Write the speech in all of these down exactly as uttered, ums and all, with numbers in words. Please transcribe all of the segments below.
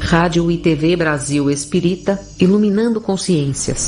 Rádio e T V Brasil Espírita, iluminando consciências.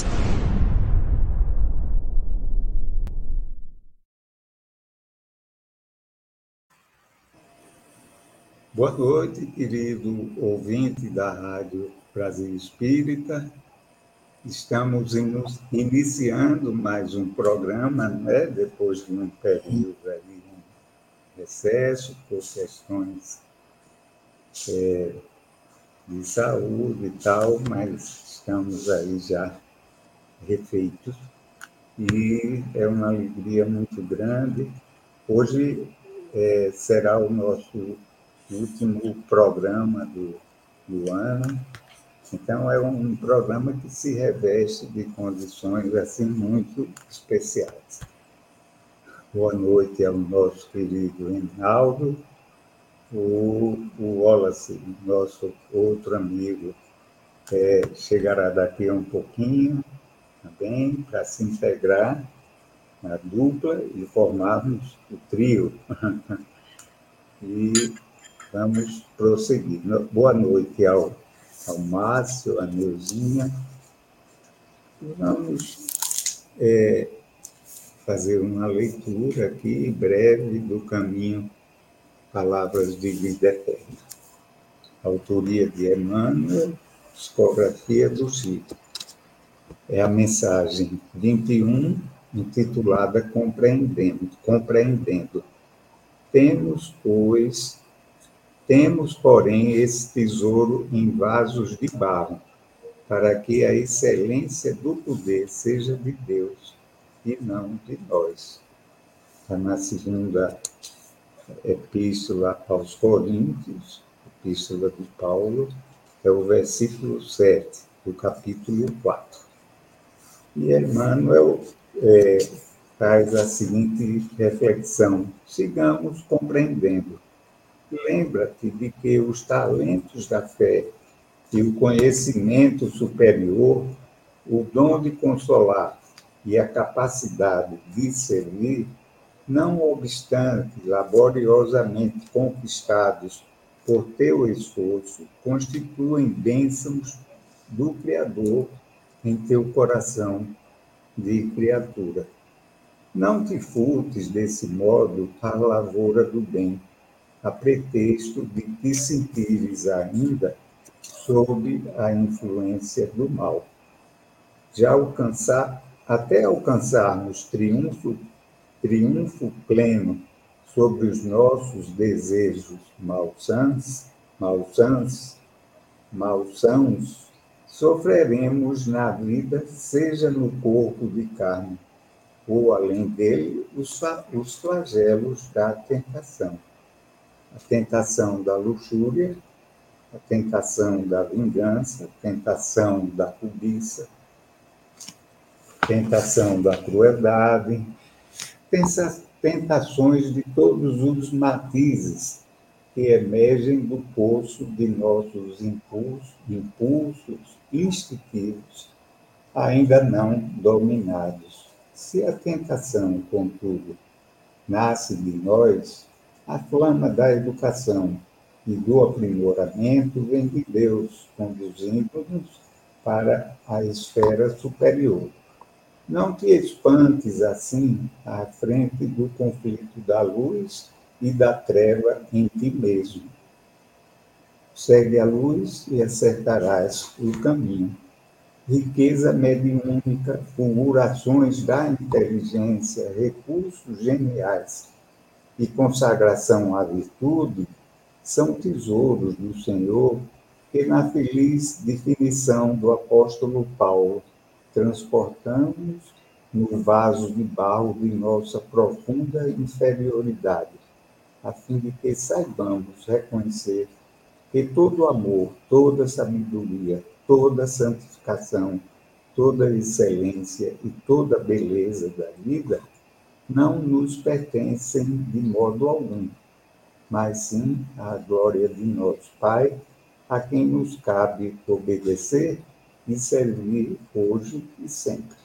Boa noite, querido ouvinte da Rádio Brasil Espírita. Estamos iniciando mais um programa, né? Depois de um período aí, um recesso, por questões é, de saúde e tal, mas estamos aí já refeitos. E é uma alegria muito grande. Hoje é, será o nosso último programa do, do ano. Então, é um programa que se reveste de condições assim muito especiais. Boa noite ao nosso querido Reinaldo, o, o Wallace, nosso outro amigo, é, chegará daqui a um pouquinho também para se integrar na dupla e formarmos o trio. E vamos prosseguir. Boa noite ao, ao Márcio, a Neuzinha. E vamos é, fazer uma leitura aqui breve do caminho Palavras de Vida Eterna. Autoria de Emmanuel, psicografia do Chico. É a mensagem vinte e um, intitulada Compreendendo. Compreendendo. Temos, pois, temos, porém, esse tesouro em vasos de barro, para que a excelência do poder seja de Deus e não de nós. Está na segunda epístola aos Coríntios, epístola de Paulo, é o versículo sete, do capítulo quatro. E Emmanuel é, faz a seguinte reflexão: sigamos compreendendo. Lembra-te de que os talentos da fé e o conhecimento superior, o dom de consolar e a capacidade de servir, não obstante laboriosamente conquistados por teu esforço, constituem bênçãos do Criador em teu coração de criatura. Não te furtes desse modo a lavoura do bem, a pretexto de te sentires ainda sob a influência do mal. Já alcançar, até alcançarmos triunfo, triunfo pleno sobre os nossos desejos malsãos, malsãos, malsãos, sofreremos na vida, seja no corpo de carne, ou além dele, os, os flagelos da tentação. A tentação da luxúria, a tentação da vingança, a tentação da cobiça, a tentação da crueldade, tentações de todos os matizes que emergem do poço de nossos impulsos, impulsos instintivos, ainda não dominados. Se a tentação, contudo, nasce de nós, a flama da educação e do aprimoramento vem de Deus, conduzindo-nos para a esfera superior. Não te espantes assim à frente do conflito da luz e da treva em ti mesmo. Segue a luz e acertarás o caminho. Riqueza mediúnica, fulgurações da inteligência, recursos geniais e consagração à virtude são tesouros do Senhor que, na feliz definição do apóstolo Paulo, transportamos no vaso de barro de nossa profunda inferioridade, a fim de que saibamos reconhecer que todo amor, toda sabedoria, toda santificação, toda excelência e toda beleza da vida não nos pertencem de modo algum, mas sim à glória de nosso Pai, a quem nos cabe obedecer e servir hoje e sempre.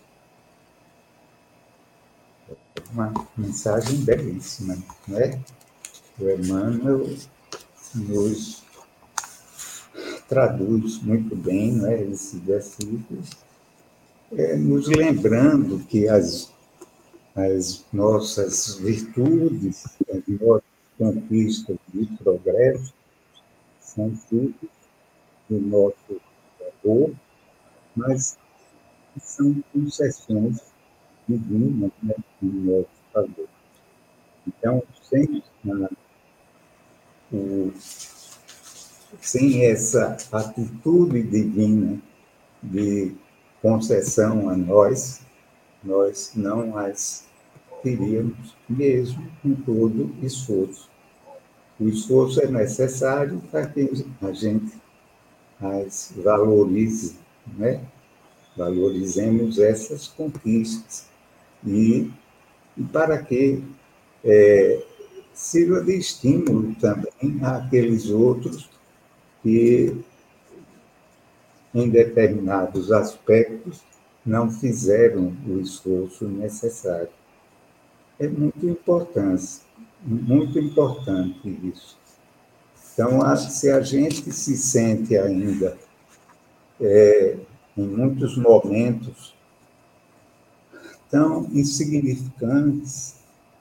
Uma mensagem belíssima, não é? O Emmanuel nos traduz muito bem, né, esse versículo, é, nos lembrando que as, as nossas virtudes, as nossas conquistas e progressos são frutos do nosso amor, mas são concessões divinas, né, em nosso favor. Então, sem, a, o, sem essa atitude divina de concessão a nós, nós não as teríamos, mesmo com todo esforço. O esforço é necessário para que a gente as valorize, né? Valorizemos essas conquistas e, e para que é, sirva de estímulo também àqueles outros que, em determinados aspectos, não fizeram o esforço necessário. É muito importante, muito importante isso. Então, se a gente se sente ainda, é, em muitos momentos, tão insignificantes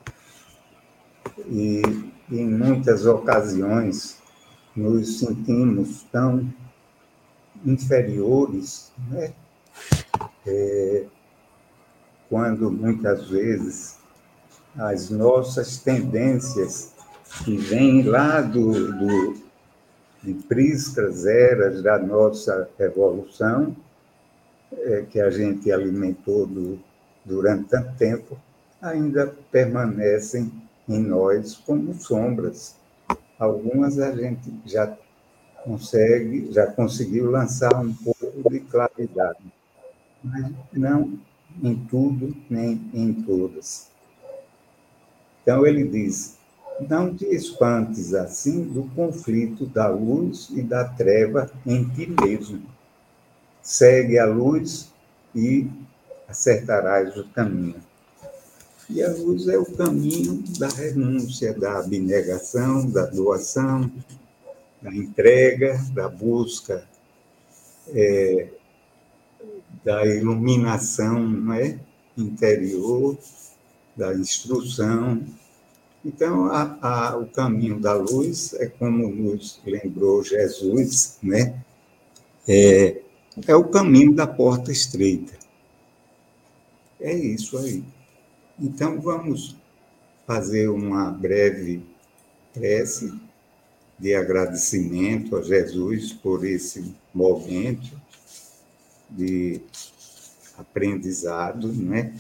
e, em muitas ocasiões, nos sentimos tão inferiores, né? É, quando, muitas vezes, as nossas tendências que vêm lá do, do, de priscas eras da nossa evolução, é, que a gente alimentou do, durante tanto tempo, ainda permanecem em nós como sombras. Algumas a gente já consegue, já conseguiu lançar um pouco de claridade, mas não em tudo, nem em todas. Então, ele diz, não te espantes assim do conflito da luz e da treva em ti mesmo. Segue a luz e acertarás o caminho. E a luz é o caminho da renúncia, da abnegação, da doação, da entrega, da busca, é, da iluminação, não é? Interior, da instrução. Então, a, a, o caminho da luz é como nos lembrou Jesus, né? É, é o caminho da porta estreita. É isso aí. Então, vamos fazer uma breve prece de agradecimento a Jesus por esse momento de aprendizado, né?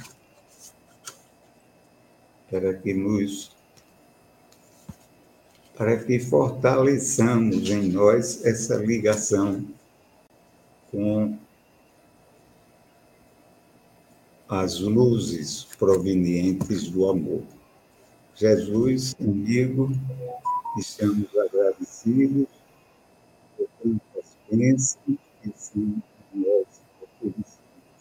Para que nos para que fortaleçamos em nós essa ligação com as luzes provenientes do amor. Jesus, amigo, estamos agradecidos por tantas bênçãos que são nós oferecidas.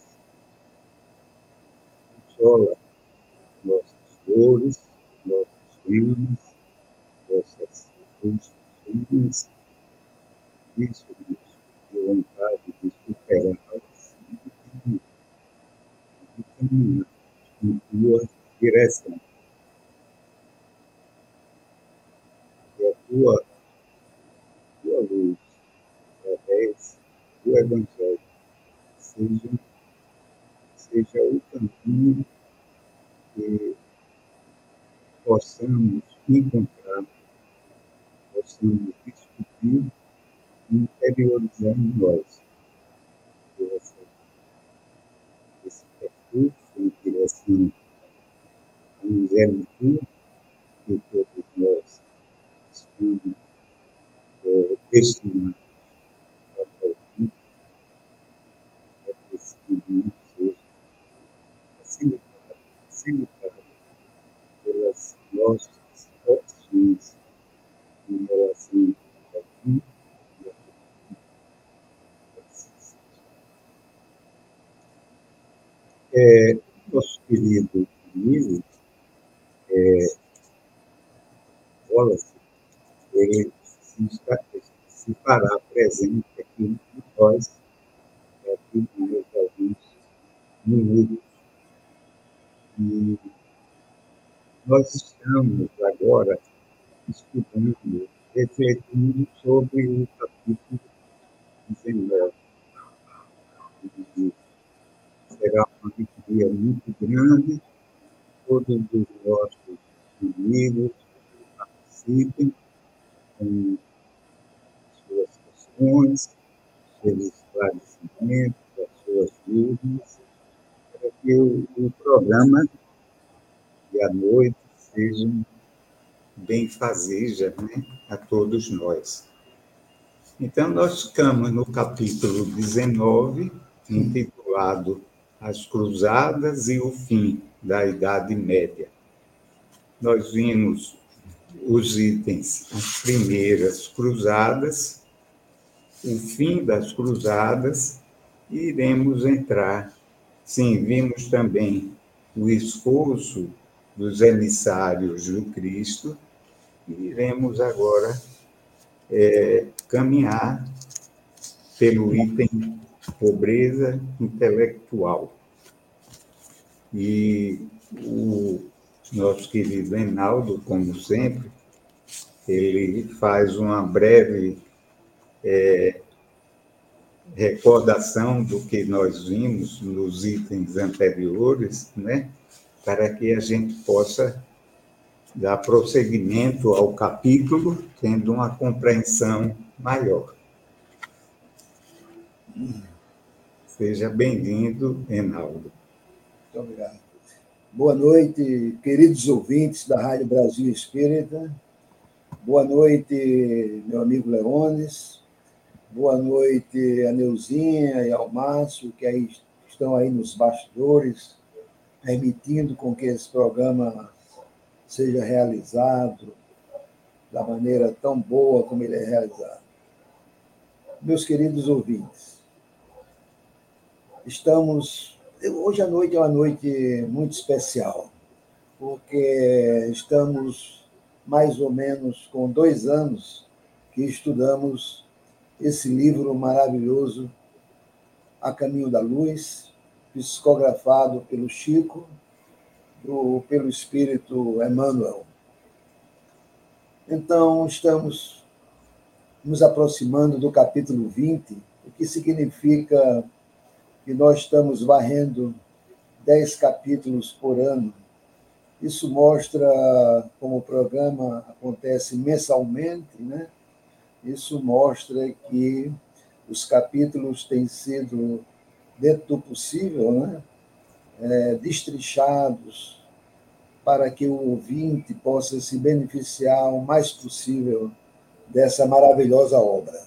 Consola nossas dores, nossos dramas, nossas construções, vícios de vontade de superá-las e caminhar em tua direção. Que a tua, tua luz, através do Evangelho, seja, seja o caminho que possamos encontrar, possamos discutir e interiorizar em nós essa, esse percurso em direção à misericórdia que todos nós estamos é, destinados a fazer, para que esse caminho seja facilitado, facilitado pelas nossas opções em relação à vida e à é, nosso querido amigo, é, Wallace, ele se, se fará presente e nós aqui mais alguns minutos. E nós estamos agora estudando, refletindo sobre o capítulo dezenove. E será uma alegria muito grande, todos os nossos amigos participem com suas questões, seus esclarecimentos, as suas dúvidas, para que o, o programa e a noite sejam benfazejas, né, a todos nós. Então, nós ficamos no capítulo dezenove, intitulado As Cruzadas e o Fim da Idade Média. Nós vimos os itens, as primeiras cruzadas, o fim das cruzadas, e iremos entrar. Sim, vimos também o esforço dos emissários do Cristo, e iremos agora é, caminhar pelo item pobreza intelectual. E o nosso querido Reinaldo, como sempre, ele faz uma breve é, recordação do que nós vimos nos itens anteriores, né, para que a gente possa dar prosseguimento ao capítulo, tendo uma compreensão maior. Seja bem-vindo, Reinaldo. Muito obrigado. Boa noite, queridos ouvintes da Rádio Brasil Espírita. Boa noite, meu amigo Leones. Boa noite, a Neuzinha e ao Márcio, que aí estão aí nos bastidores, permitindo com que esse programa seja realizado da maneira tão boa como ele é realizado. Meus queridos ouvintes, estamos... Hoje à noite é uma noite muito especial, porque estamos mais ou menos com dois anos que estudamos esse livro maravilhoso, A Caminho da Luz, psicografado pelo Chico, do, pelo Espírito Emmanuel. Então, estamos nos aproximando do capítulo vinte, o que significa que nós estamos varrendo dez capítulos por ano. Isso mostra como o programa acontece mensalmente, né? Isso mostra que os capítulos têm sido, dentro do possível, né, é, destrinchados para que o ouvinte possa se beneficiar o mais possível dessa maravilhosa obra.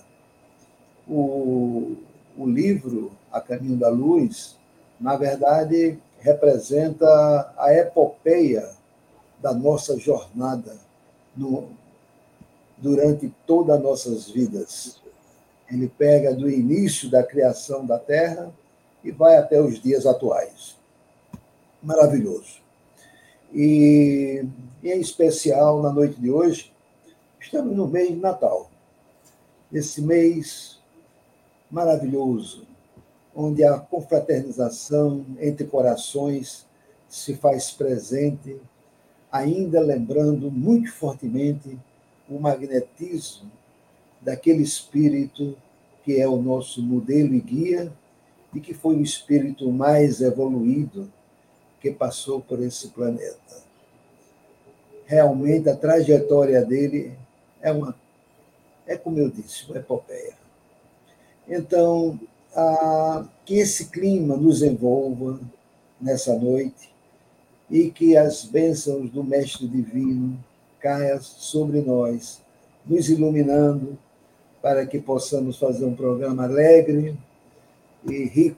O, o livro A Caminho da Luz, na verdade, representa a epopeia da nossa jornada no, durante todas as nossas vidas. Ele pega do início da criação da Terra e vai até os dias atuais. Maravilhoso. E, em especial, na noite de hoje, estamos no mês de Natal. Esse mês maravilhoso, onde a confraternização entre corações se faz presente, ainda lembrando muito fortemente o magnetismo daquele espírito que é o nosso modelo e guia e que foi o espírito mais evoluído que passou por esse planeta. Realmente, a trajetória dele é, uma, é como eu disse, uma epopeia. Então, a, que esse clima nos envolva nessa noite e que as bênçãos do Mestre Divino caiam sobre nós, nos iluminando, para que possamos fazer um programa alegre e rico.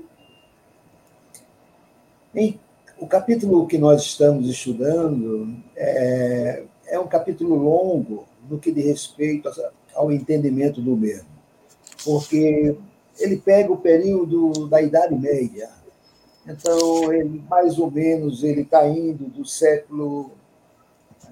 Em, o capítulo que nós estamos estudando é, é um capítulo longo no que diz respeito ao entendimento do mesmo, porque ele pega o período da Idade Média. Então, ele, mais ou menos, ele está indo do século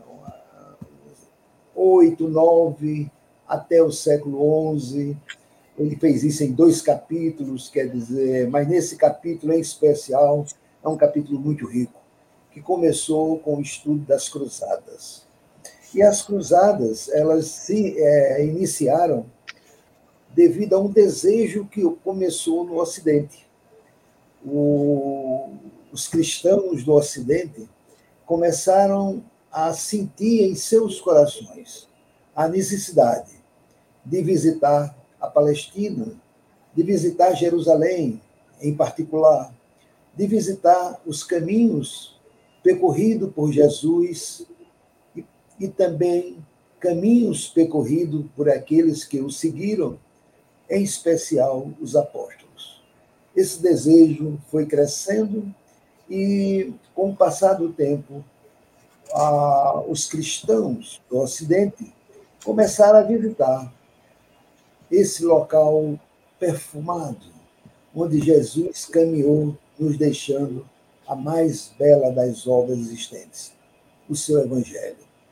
oito, nove até o século onze, Ele fez isso em dois capítulos, quer dizer, mas nesse capítulo em especial, é um capítulo muito rico, que começou com o estudo das cruzadas. E as cruzadas, elas se é, iniciaram devido a um desejo que começou no Ocidente. O, os cristãos do Ocidente começaram a sentir em seus corações a necessidade de visitar a Palestina, de visitar Jerusalém, em particular, de visitar os caminhos percorridos por Jesus e, e também caminhos percorridos por aqueles que o seguiram, em especial os apóstolos. Esse desejo foi crescendo e, com o passar do tempo, a, os cristãos do Ocidente começaram a visitar esse local perfumado, onde Jesus caminhou, nos deixando a mais bela das obras existentes, o seu Evangelho.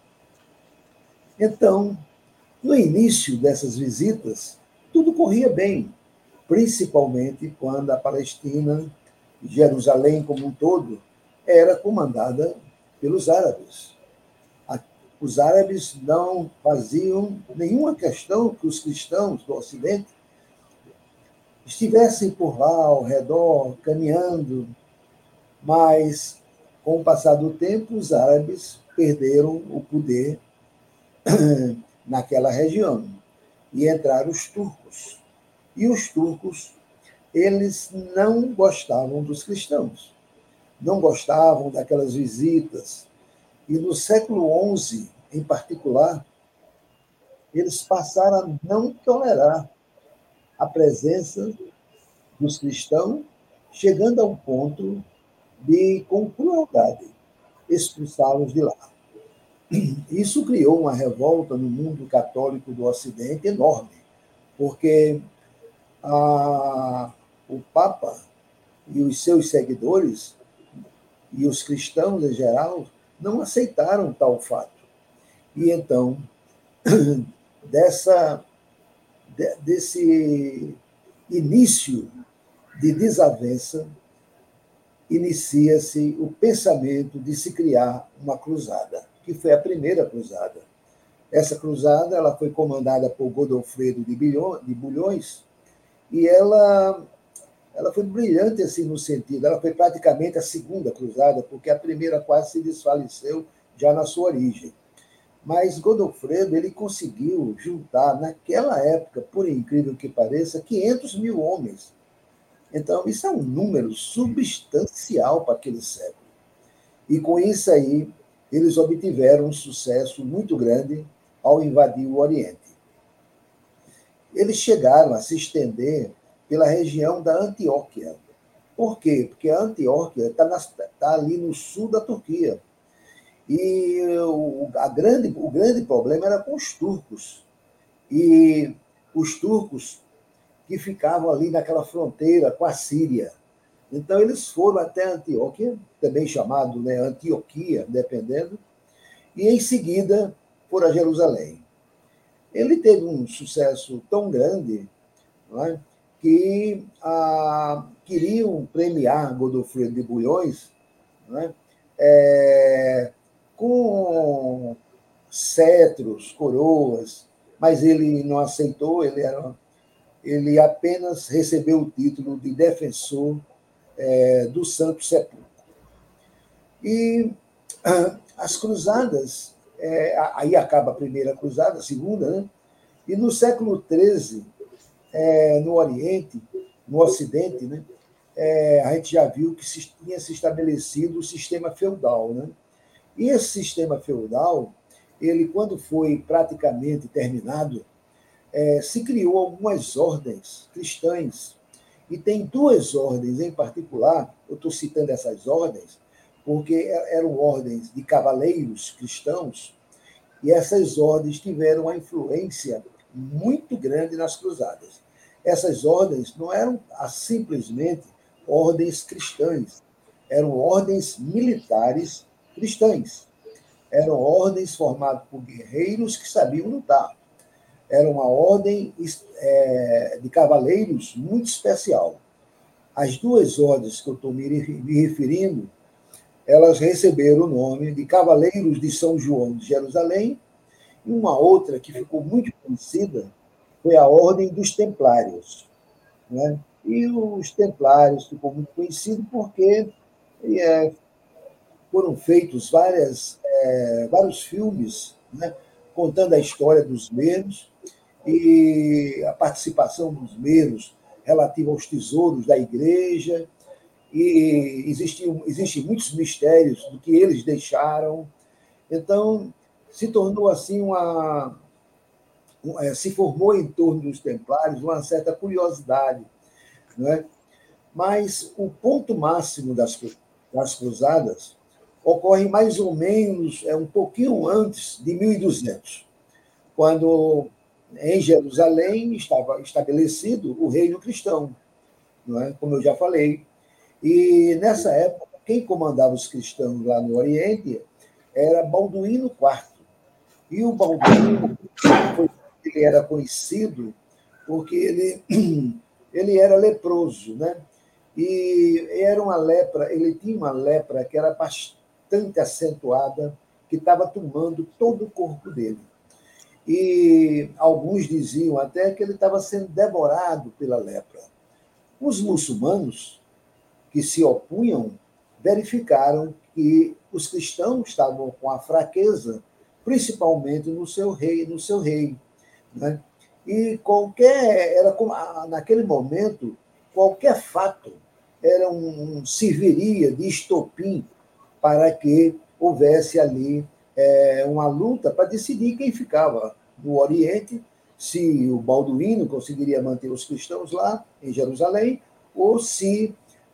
Então, no início dessas visitas, tudo corria bem, principalmente quando a Palestina, Jerusalém como um todo, era comandada pelos árabes. Os árabes não faziam nenhuma questão que os cristãos do Ocidente estivessem por lá, ao redor, caminhando, mas, com o passar do tempo, os árabes perderam o poder naquela região e entraram os turcos. E os turcos, eles não gostavam dos cristãos, não gostavam daquelas visitas. E no século onze, em particular, eles passaram a não tolerar a presença dos cristãos, chegando ao ponto de, com crueldade, expulsá-los de lá. Isso criou uma revolta no mundo católico do Ocidente enorme, porque a, o Papa e os seus seguidores, e os cristãos em geral, não aceitaram tal fato. E então, dessa, desse início de desavença, inicia-se o pensamento de se criar uma cruzada, que foi a primeira cruzada. Essa cruzada ela foi comandada por Godofredo de Bulhões, e ela, ela foi brilhante assim, no sentido, ela foi praticamente a segunda cruzada, porque a primeira quase se desfaleceu já na sua origem. Mas Godofredo ele conseguiu juntar, naquela época, por incrível que pareça, quinhentos mil homens. Então, isso é um número substancial para aquele século. E com isso aí, eles obtiveram um sucesso muito grande ao invadir o Oriente. Eles chegaram a se estender pela região da Antioquia. Por quê? Porque a Antioquia está tá ali no sul da Turquia. E o, a grande, o grande problema era com os turcos. E os turcos que ficavam ali naquela fronteira com a Síria. Então, eles foram até Antioquia, também chamado, né, Antioquia, dependendo, e, em seguida, foram a Jerusalém. Ele teve um sucesso tão grande, não é, que ah, queriam premiar Godofredo de Bulhões, não é, é, com cetros, coroas, mas ele não aceitou, ele, era, ele apenas recebeu o título de defensor é, do Santo Sepulcro. E ah, as cruzadas, é, aí acaba a primeira cruzada, a segunda, né? E no século treze, é, no Oriente, no Ocidente, né, é, a gente já viu que se, tinha se estabelecido o sistema feudal, né? E esse sistema feudal, ele, quando foi praticamente terminado, é, se criou algumas ordens cristãs. E tem duas ordens em particular, eu estou citando essas ordens, porque eram ordens de cavaleiros cristãos, e essas ordens tiveram uma influência muito grande nas cruzadas. Essas ordens não eram simplesmente ordens cristãs, eram ordens militares cristãs. Eram ordens formadas por guerreiros que sabiam lutar. Era uma ordem é, de cavaleiros muito especial. As duas ordens que eu estou me referindo, elas receberam o nome de Cavaleiros de São João de Jerusalém, e uma outra que ficou muito conhecida foi a Ordem dos Templários. Né? E os Templários ficou muito conhecido porque é, foram feitos várias, é, vários filmes, né, contando a história dos mesmos e a participação dos mesmos relativa aos tesouros da igreja, e existiam, existem muitos mistérios do que eles deixaram. Então, se tornou assim uma... se formou em torno dos templários uma certa curiosidade. Não é? Mas o ponto máximo das, das cruzadas ocorre mais ou menos é, um pouquinho antes de mil e duzentos, quando em Jerusalém estava estabelecido o reino cristão, não é? Como eu já falei. E, nessa época, quem comandava os cristãos lá no Oriente era Balduíno quarto. E o Balduíno ele era conhecido porque ele, ele era leproso, né? E era uma lepra, ele tinha uma lepra que era bastante acentuada, que estava tomando todo o corpo dele. E alguns diziam até que ele estava sendo devorado pela lepra. Os muçulmanos que se opunham verificaram que os cristãos estavam com a fraqueza, principalmente no seu rei, no seu rei, né? E qualquer era como, naquele momento qualquer fato era um serviria de estopim para que houvesse ali é, uma luta para decidir quem ficava no Oriente, se o Balduíno conseguiria manter os cristãos lá em Jerusalém ou se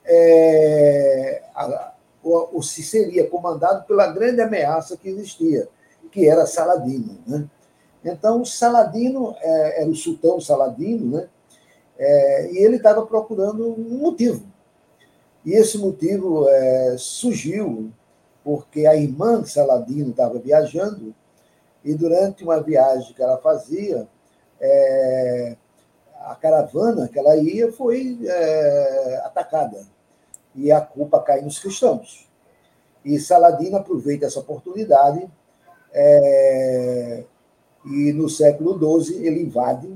É, a, ou, ou se seria comandado pela grande ameaça que existia, que era Saladino. Né? Então, Saladino é, era o sultão Saladino, né? É, e ele estava procurando um motivo. E esse motivo é, surgiu porque a irmã de Saladino estava viajando, e durante uma viagem que ela fazia, é, a caravana que ela ia foi é, atacada, e a culpa cai nos cristãos. E Saladino aproveita essa oportunidade é, e, no século doze, ele invade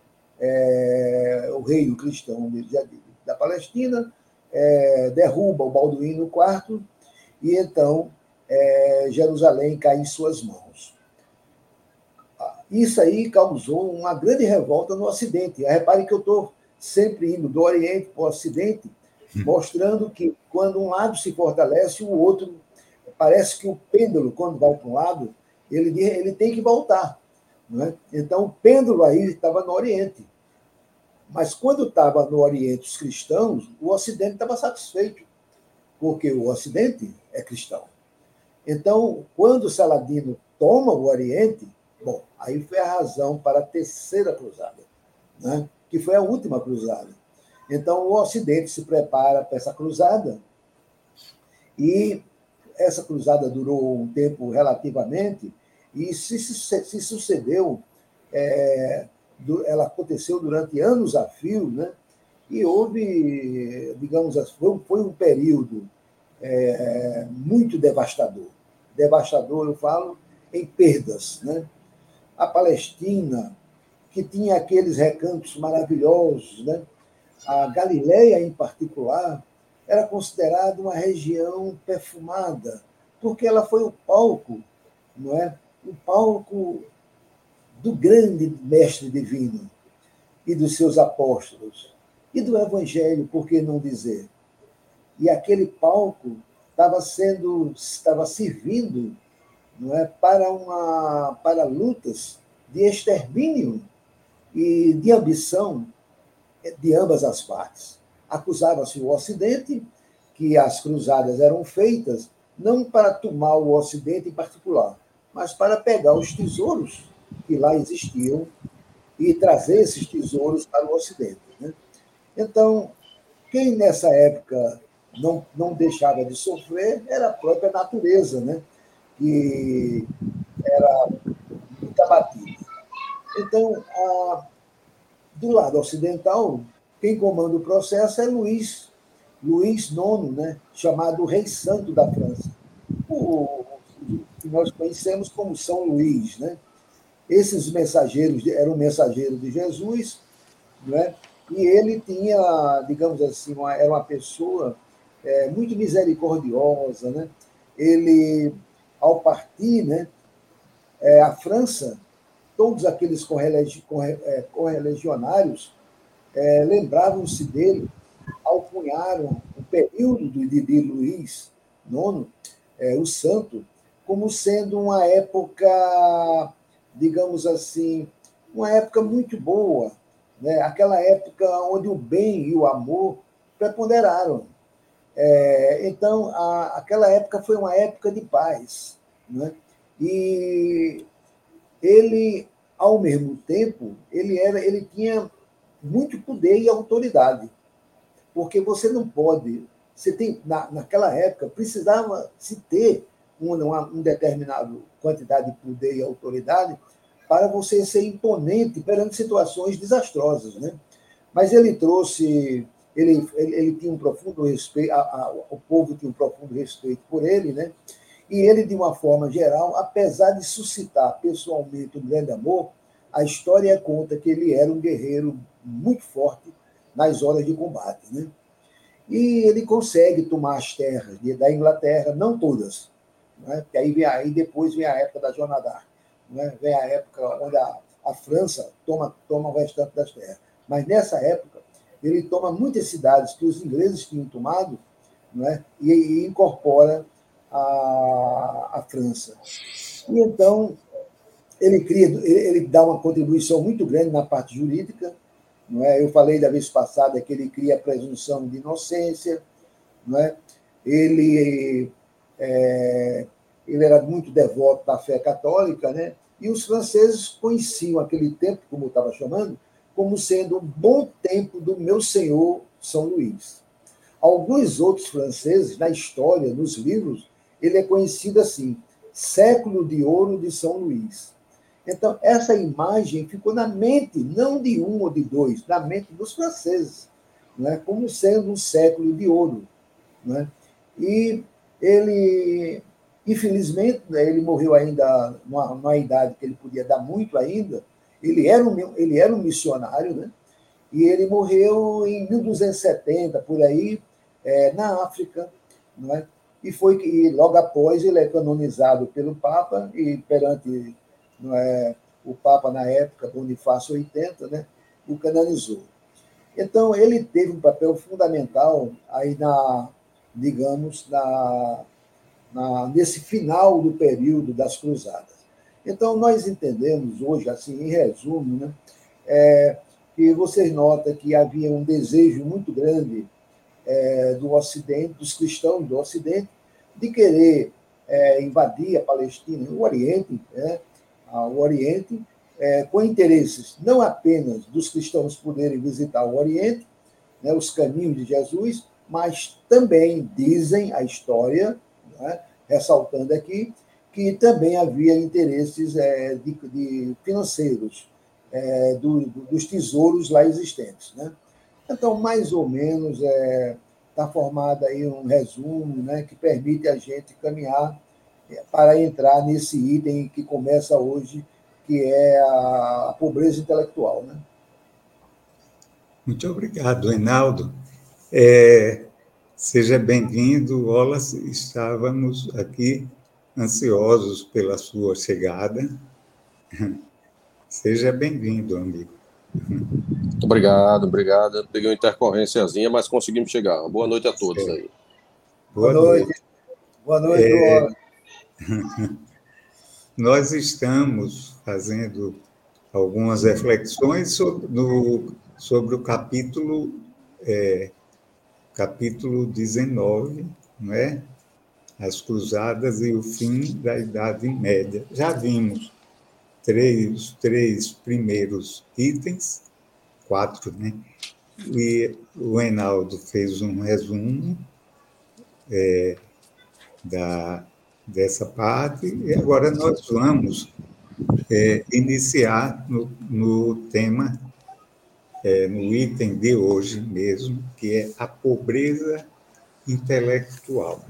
é, o reino cristão da Palestina, é, derruba o Balduíno quarto, e então é, Jerusalém cai em suas mãos. Isso aí causou uma grande revolta no Ocidente. Repare que eu estou sempre indo do Oriente para o Ocidente, mostrando que quando um lado se fortalece, o outro... Parece que o pêndulo, quando vai para um lado, ele, ele tem que voltar. Não é? Então, o pêndulo aí estava no Oriente. Mas quando estava no Oriente os cristãos, o Ocidente estava satisfeito, porque o Ocidente é cristão. Então, quando Saladino toma o Oriente, bom, aí foi a razão para a terceira cruzada, né? Que foi a última cruzada. Então, o Ocidente se prepara para essa cruzada, e essa cruzada durou um tempo relativamente, e se, se, se sucedeu, é, ela aconteceu durante anos a fio, né? E houve, digamos assim, foi, foi um período é, muito devastador. Devastador, eu falo, em perdas, né? A Palestina, que tinha aqueles recantos maravilhosos, né? A Galileia, em particular, era considerada uma região perfumada, porque ela foi o palco, não é? O palco do grande mestre divino e dos seus apóstolos, e do Evangelho, por que não dizer? E aquele palco estava sendo, estava servindo, não é, para, uma, para lutas de extermínio e de ambição de ambas as partes. Acusava-se o Ocidente que as cruzadas eram feitas não para tomar o Ocidente em particular, mas para pegar os tesouros que lá existiam e trazer esses tesouros para o Ocidente. Né? Então, quem nessa época não, não deixava de sofrer era a própria natureza, né? Que era muito abatida. Então, a, do lado ocidental, quem comanda o processo é Luís, Luís nono, né, chamado Rei Santo da França, o, que nós conhecemos como São Luís. Né? Esses mensageiros eram mensageiros de Jesus, né? E ele tinha, digamos assim, uma, era uma pessoa é, muito misericordiosa. Né? Ele, ao partir, né, é, a França, todos aqueles correligi, corre, é, correligionários é, lembravam-se dele, alcunharam o período de, de Luís nono, é, o Santo, como sendo uma época, digamos assim, uma época muito boa, né? Aquela época onde o bem e o amor preponderaram. É, então, a, aquela época foi uma época de paz. Né? E ele, ao mesmo tempo, ele, era, ele tinha muito poder e autoridade, porque você não pode, você tem, na, naquela época, precisava se ter uma, uma, um determinado quantidade de poder e autoridade para você ser imponente perante situações desastrosas. Né? Mas ele trouxe, ele, ele, ele tinha um profundo respeito, a, a, o povo tinha um profundo respeito por ele, né? E ele, de uma forma geral, apesar de suscitar pessoalmente um grande amor, a história conta que ele era um guerreiro muito forte nas horas de combate. Né? E ele consegue tomar as terras da Inglaterra, não todas, né? Que aí, vem, aí depois vem a época da Joana d'Arc, né? Vem a época onde a, a França toma, toma o restante das terras. Mas nessa época, ele toma muitas cidades que os ingleses tinham tomado, né? e, e incorpora a, a França. E então, ele, cria, ele, ele dá uma contribuição muito grande na parte jurídica. Não é? Eu falei da vez passada que ele cria a presunção de inocência. Não é? Ele, é, ele era muito devoto da fé católica, né? E os franceses conheciam aquele tempo, como eu estava chamando, como sendo o bom tempo do meu senhor São Luís. Alguns outros franceses, na história, nos livros, ele é conhecido assim, século de ouro de São Luís. Então, essa imagem ficou na mente, não de um ou de dois, na mente dos franceses, né? Como sendo um século de ouro. Né? E ele, infelizmente, né, ele morreu ainda numa, numa idade que ele podia dar muito ainda. Ele era um, ele era um missionário, né? E ele morreu em mil duzentos e setenta, por aí, é, na África. Não é? E foi que, logo após, ele é canonizado pelo Papa, e perante não é, o Papa, na época, Bonifácio oitenta, né, o canonizou. Então, ele teve um papel fundamental aí na, digamos, na, na, nesse final do período das cruzadas. Então, nós entendemos hoje, assim, em resumo, né, é, que vocês notam que havia um desejo muito grande é, do Ocidente, dos cristãos do Ocidente, de querer é, invadir a Palestina, o Oriente, né, o Oriente, é, com interesses não apenas dos cristãos poderem visitar o Oriente, né, os caminhos de Jesus, mas também dizem a história, né, ressaltando aqui, que também havia interesses é, de, de financeiros, é, do, dos tesouros lá existentes. Né? Então, mais ou menos, está é, tá formado aí um resumo, né, que permite a gente caminhar para entrar nesse item que começa hoje, que é a pobreza intelectual. Né? Muito obrigado, Reinaldo. É, seja bem-vindo, Wallace. Estávamos aqui ansiosos pela sua chegada. Seja bem-vindo, amigo. Obrigado, obrigado. Peguei uma intercorrênciazinha, mas conseguimos chegar. Boa noite a todos aí. Boa, Boa noite. noite. Boa noite, é... Nós estamos fazendo algumas reflexões sobre, no, sobre o capítulo, é, capítulo dezenove, não é? As Cruzadas e o fim da Idade Média. Já vimos três, os três primeiros itens, quatro, né? E o Reinaldo fez um resumo é, da, dessa parte, e agora nós vamos é, iniciar no, no tema, é, no item de hoje mesmo, que é a pobreza intelectual.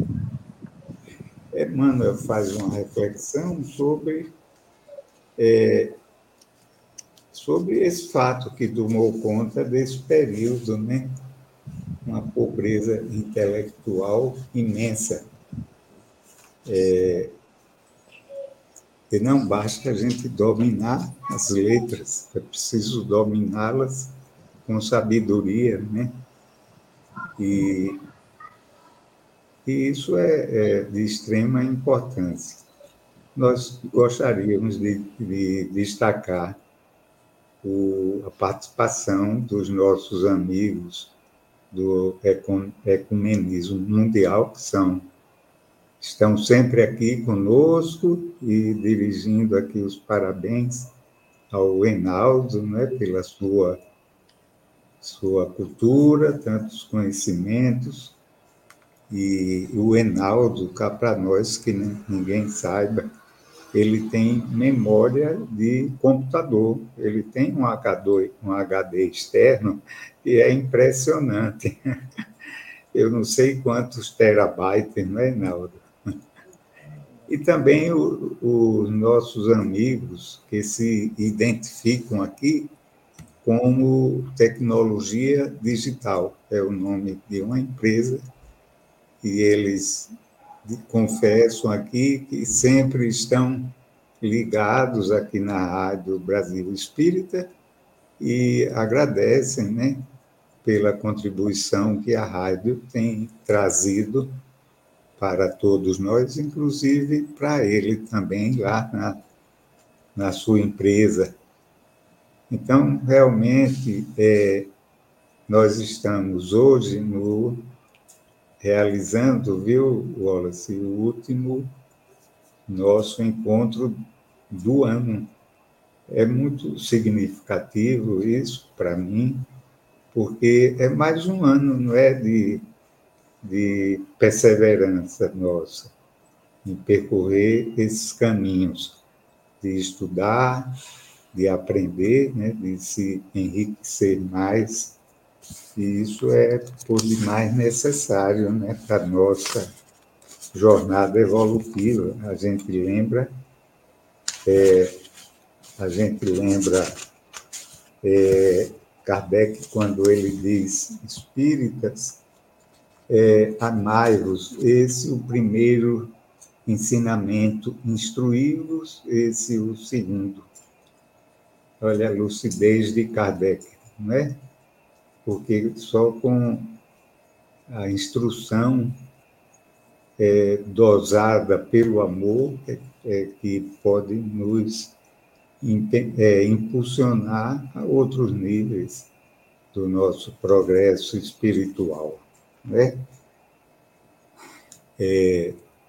Emmanuel faz uma reflexão sobre, é, sobre esse fato que tomou conta desse período, né? Uma pobreza intelectual imensa. É, e não basta a gente dominar as letras, é preciso dominá-las com sabedoria, né? E, e isso é, é de extrema importância. Nós gostaríamos de, de destacar o, a participação dos nossos amigos do Ecumenismo Mundial, que são, estão sempre aqui conosco e dirigindo aqui os parabéns ao Enaldo, né, pela sua, sua cultura, tantos conhecimentos. E o Enaldo, cá para nós, que ninguém saiba, ele tem memória de computador, ele tem um H D, um H D externo e é impressionante. Eu não sei quantos terabytes, não é, Enaldo? E também o, os nossos amigos que se identificam aqui como tecnologia digital, é o nome de uma empresa, e eles confessam aqui que sempre estão ligados aqui na Rádio Brasil Espírita e agradecem, né, pela contribuição que a rádio tem trazido para todos nós, inclusive para ele também lá na, na sua empresa. Então, realmente, é, nós estamos hoje no, realizando, viu, Wallace, o último nosso encontro do ano. É muito significativo isso para mim, porque é mais um ano, não é, de, de perseverança nossa, em percorrer esses caminhos, de estudar, de aprender, né, de se enriquecer mais, e isso é por demais necessário, né, para a nossa jornada evolutiva. A gente lembra, é, a gente lembra é, Kardec, quando ele diz, espíritas, é, amai-vos, esse o primeiro ensinamento, instruí-vos, esse o segundo. Olha a lucidez de Kardec, não é? Porque só com a instrução é, dosada pelo amor é, é, que pode nos é, impulsionar a outros níveis do nosso progresso espiritual, né? É,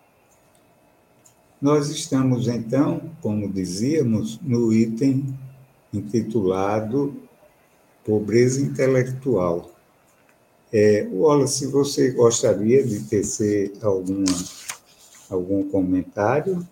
nós estamos, então, como dizíamos, no item intitulado Pobreza Intelectual. É, Wallace, você gostaria de tecer alguma, algum comentário?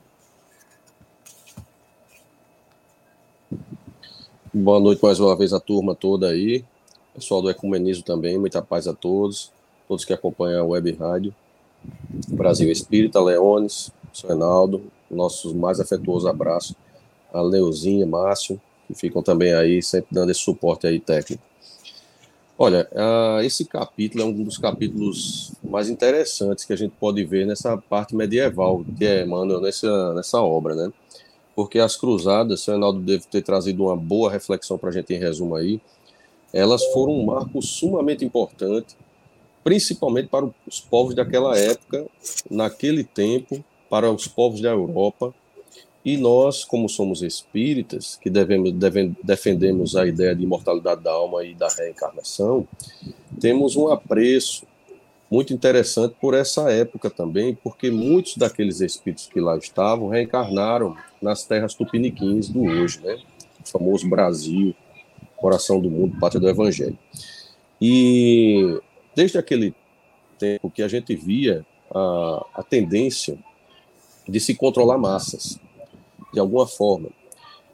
Boa noite mais uma vez a turma toda aí, pessoal do Ecumenismo também, muita paz a todos, todos que acompanham a Web Rádio Brasil Espírita, Leones, Sr. Reinaldo, nossos mais afetuosos abraços, a Leuzinha, Márcio, que ficam também aí, sempre dando esse suporte aí técnico. Olha, uh, esse capítulo é um dos capítulos mais interessantes que a gente pode ver nessa parte medieval que é Emmanuel nessa, nessa obra, né? Porque as cruzadas, o Reinaldo deve ter trazido uma boa reflexão para a gente em resumo aí, elas foram um marco sumamente importante, principalmente para os povos daquela época, naquele tempo, para os povos da Europa, e nós, como somos espíritas, que devemos, devemos, defendemos a ideia de imortalidade da alma e da reencarnação, temos um apreço muito interessante por essa época também, porque muitos daqueles espíritos que lá estavam reencarnaram nas terras tupiniquins do hoje, né? O famoso Brasil, coração do mundo, pátria do Evangelho. E desde aquele tempo que a gente via a, a tendência de se controlar massas, de alguma forma.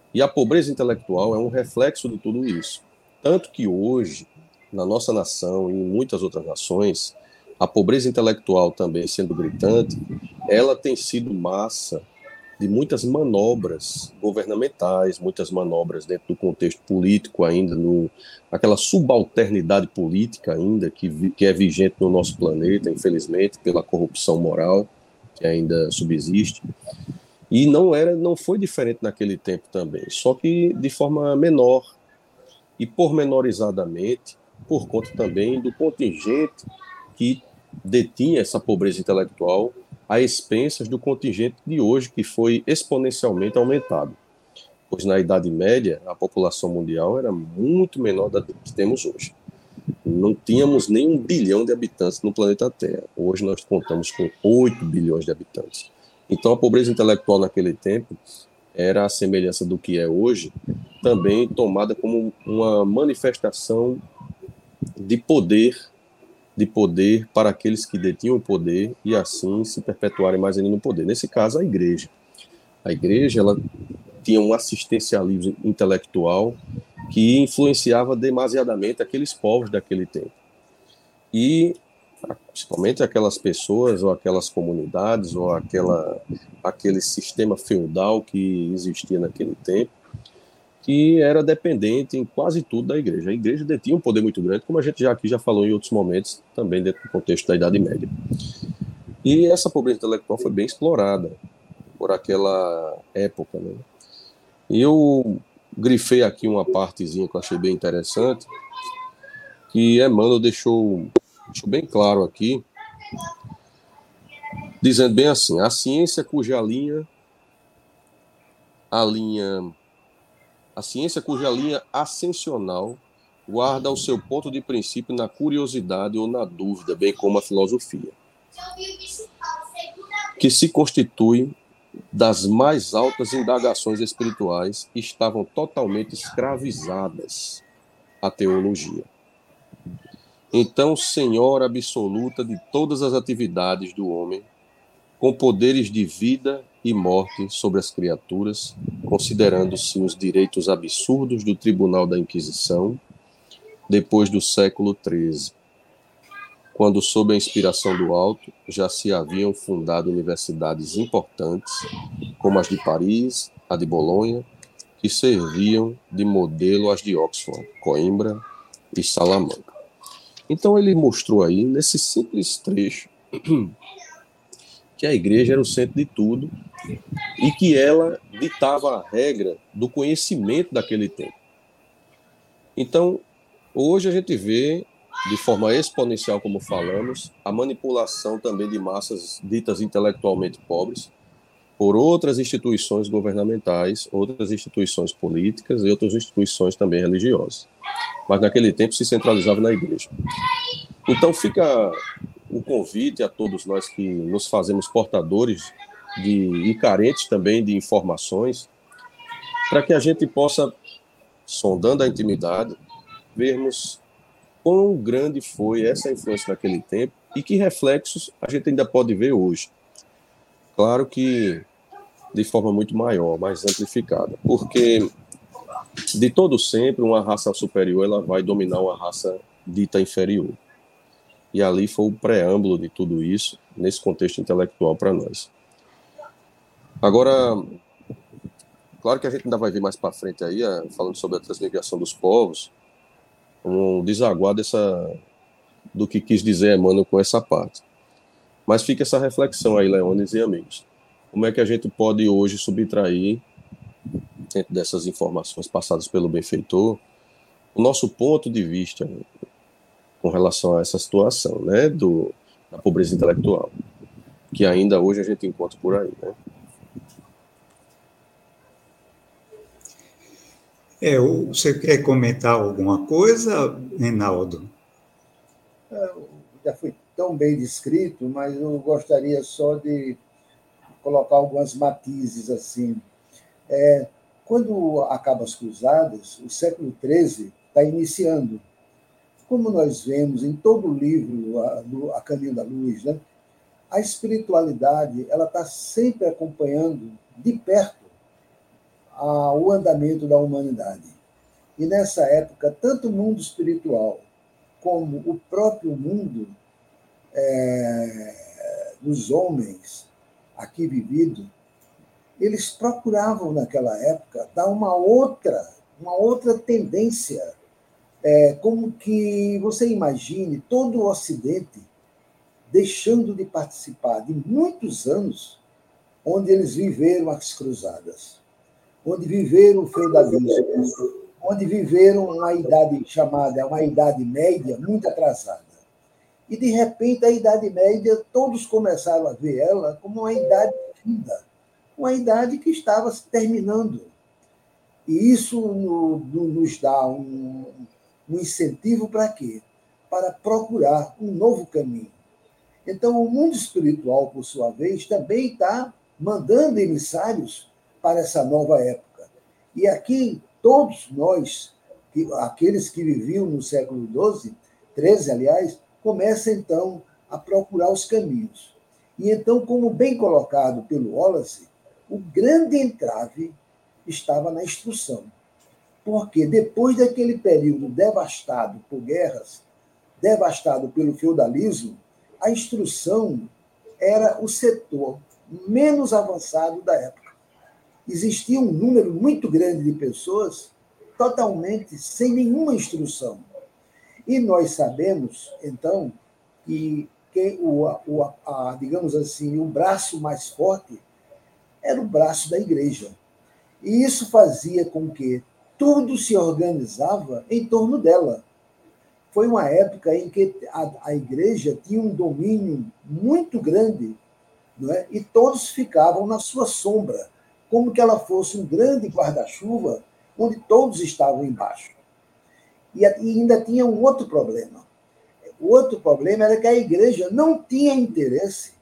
E a pobreza intelectual é um reflexo de tudo isso. Tanto que hoje, na nossa nação e em muitas outras nações, a pobreza intelectual também sendo gritante, ela tem sido massa de muitas manobras governamentais, muitas manobras dentro do contexto político ainda, no, aquela subalternidade política ainda que, vi, que é vigente no nosso planeta, infelizmente, pela corrupção moral que ainda subsiste. E não era, não foi diferente naquele tempo também, só que de forma menor e pormenorizadamente, por conta também do contingente que detinha essa pobreza intelectual a expensas do contingente de hoje, que foi exponencialmente aumentado. Pois na Idade Média, a população mundial era muito menor da que temos hoje. Não tínhamos nem um bilhão de habitantes no planeta Terra. Hoje nós contamos com oito bilhões de habitantes. Então a pobreza intelectual naquele tempo era a semelhança do que é hoje, também tomada como uma manifestação de poder de poder para aqueles que detinham o poder e assim se perpetuarem mais ainda no poder. Nesse caso, a igreja. A igreja ela tinha um assistencialismo intelectual que influenciava demasiadamente aqueles povos daquele tempo. E principalmente aquelas pessoas ou aquelas comunidades ou aquela, aquele sistema feudal que existia naquele tempo, que era dependente em quase tudo da igreja. A igreja detinha um poder muito grande, como a gente já aqui já falou em outros momentos, também dentro do contexto da Idade Média. E essa pobreza intelectual foi bem explorada por aquela época, né? E eu grifei aqui uma partezinha que eu achei bem interessante, que Emmanuel deixou, deixou bem claro aqui, dizendo bem assim: a ciência cuja linha, a linha A ciência cuja linha ascensional guarda o seu ponto de princípio na curiosidade ou na dúvida, bem como a filosofia, que se constitui das mais altas indagações espirituais, estavam totalmente escravizadas à teologia. Então, senhora absoluta de todas as atividades do homem, com poderes de vida e morte sobre as criaturas, considerando-se os direitos absurdos do Tribunal da Inquisição, depois do século treze, quando, sob a inspiração do alto, já se haviam fundado universidades importantes, como as de Paris, a de Bolonha, que serviam de modelo às de Oxford, Coimbra e Salamanca. Então ele mostrou aí, nesse simples trecho, que a igreja era o centro de tudo e que ela ditava a regra do conhecimento daquele tempo. Então, hoje a gente vê, de forma exponencial, como falamos, a manipulação também de massas ditas intelectualmente pobres por outras instituições governamentais, outras instituições políticas e outras instituições também religiosas. Mas naquele tempo se centralizava na igreja. Então fica o convite a todos nós que nos fazemos portadores de, e carentes também de informações, para que a gente possa, sondando a intimidade, vermos quão grande foi essa influência naquele tempo e que reflexos a gente ainda pode ver hoje. Claro que de forma muito maior, mais amplificada, porque de todo sempre uma raça superior ela vai dominar uma raça dita inferior. E ali foi o preâmbulo de tudo isso, nesse contexto intelectual para nós. Agora, claro que a gente ainda vai ver mais para frente aí, falando sobre a transmigração dos povos, um desaguar dessa, do que quis dizer Emmanuel com essa parte. Mas fica essa reflexão aí, Leones e amigos. Como é que a gente pode hoje subtrair, dentro dessas informações passadas pelo benfeitor, o nosso ponto de vista com relação a essa situação, né, do, da pobreza intelectual, que ainda hoje a gente encontra por aí, né? É, você quer comentar alguma coisa, Reinaldo? Já foi tão bem descrito, mas eu gostaria só de colocar alguns matizes assim. É, quando acabam as cruzadas, o século treze está iniciando. Como nós vemos em todo o livro A, a Caminho da Luz, né? A espiritualidade ela está sempre acompanhando de perto ao andamento da humanidade. E nessa época, tanto o mundo espiritual como o próprio mundo é, dos homens aqui vivido, eles procuravam naquela época dar uma outra, uma outra tendência, é, como que você imagine todo o Ocidente deixando de participar de muitos anos onde eles viveram as cruzadas, onde viveram o feudalismo, onde viveram uma idade chamada, uma idade média muito atrasada. E, de repente, a Idade Média, todos começaram a ver ela como uma idade finda, uma idade que estava se terminando. E isso no, no, nos dá um, um incentivo para quê? Para procurar um novo caminho. Então, o mundo espiritual, por sua vez, também está mandando emissários para essa nova época. E aqui, todos nós, que, aqueles que viviam no século doze, treze, aliás, começam, então, a procurar os caminhos. E, então, como bem colocado pelo Wallace, o grande entrave estava na instrução. Porque, depois daquele período devastado por guerras, devastado pelo feudalismo, a instrução era o setor menos avançado da época. Existia um número muito grande de pessoas totalmente sem nenhuma instrução. E nós sabemos, então, que, que o, o, a, digamos assim, o braço mais forte era o braço da igreja. E isso fazia com que tudo se organizava em torno dela. Foi uma época em que a, a igreja tinha um domínio muito grande, não é? E todos ficavam na sua sombra, como que ela fosse um grande guarda-chuva, onde todos estavam embaixo. E ainda tinha um outro problema. O outro problema era que a igreja não tinha interesse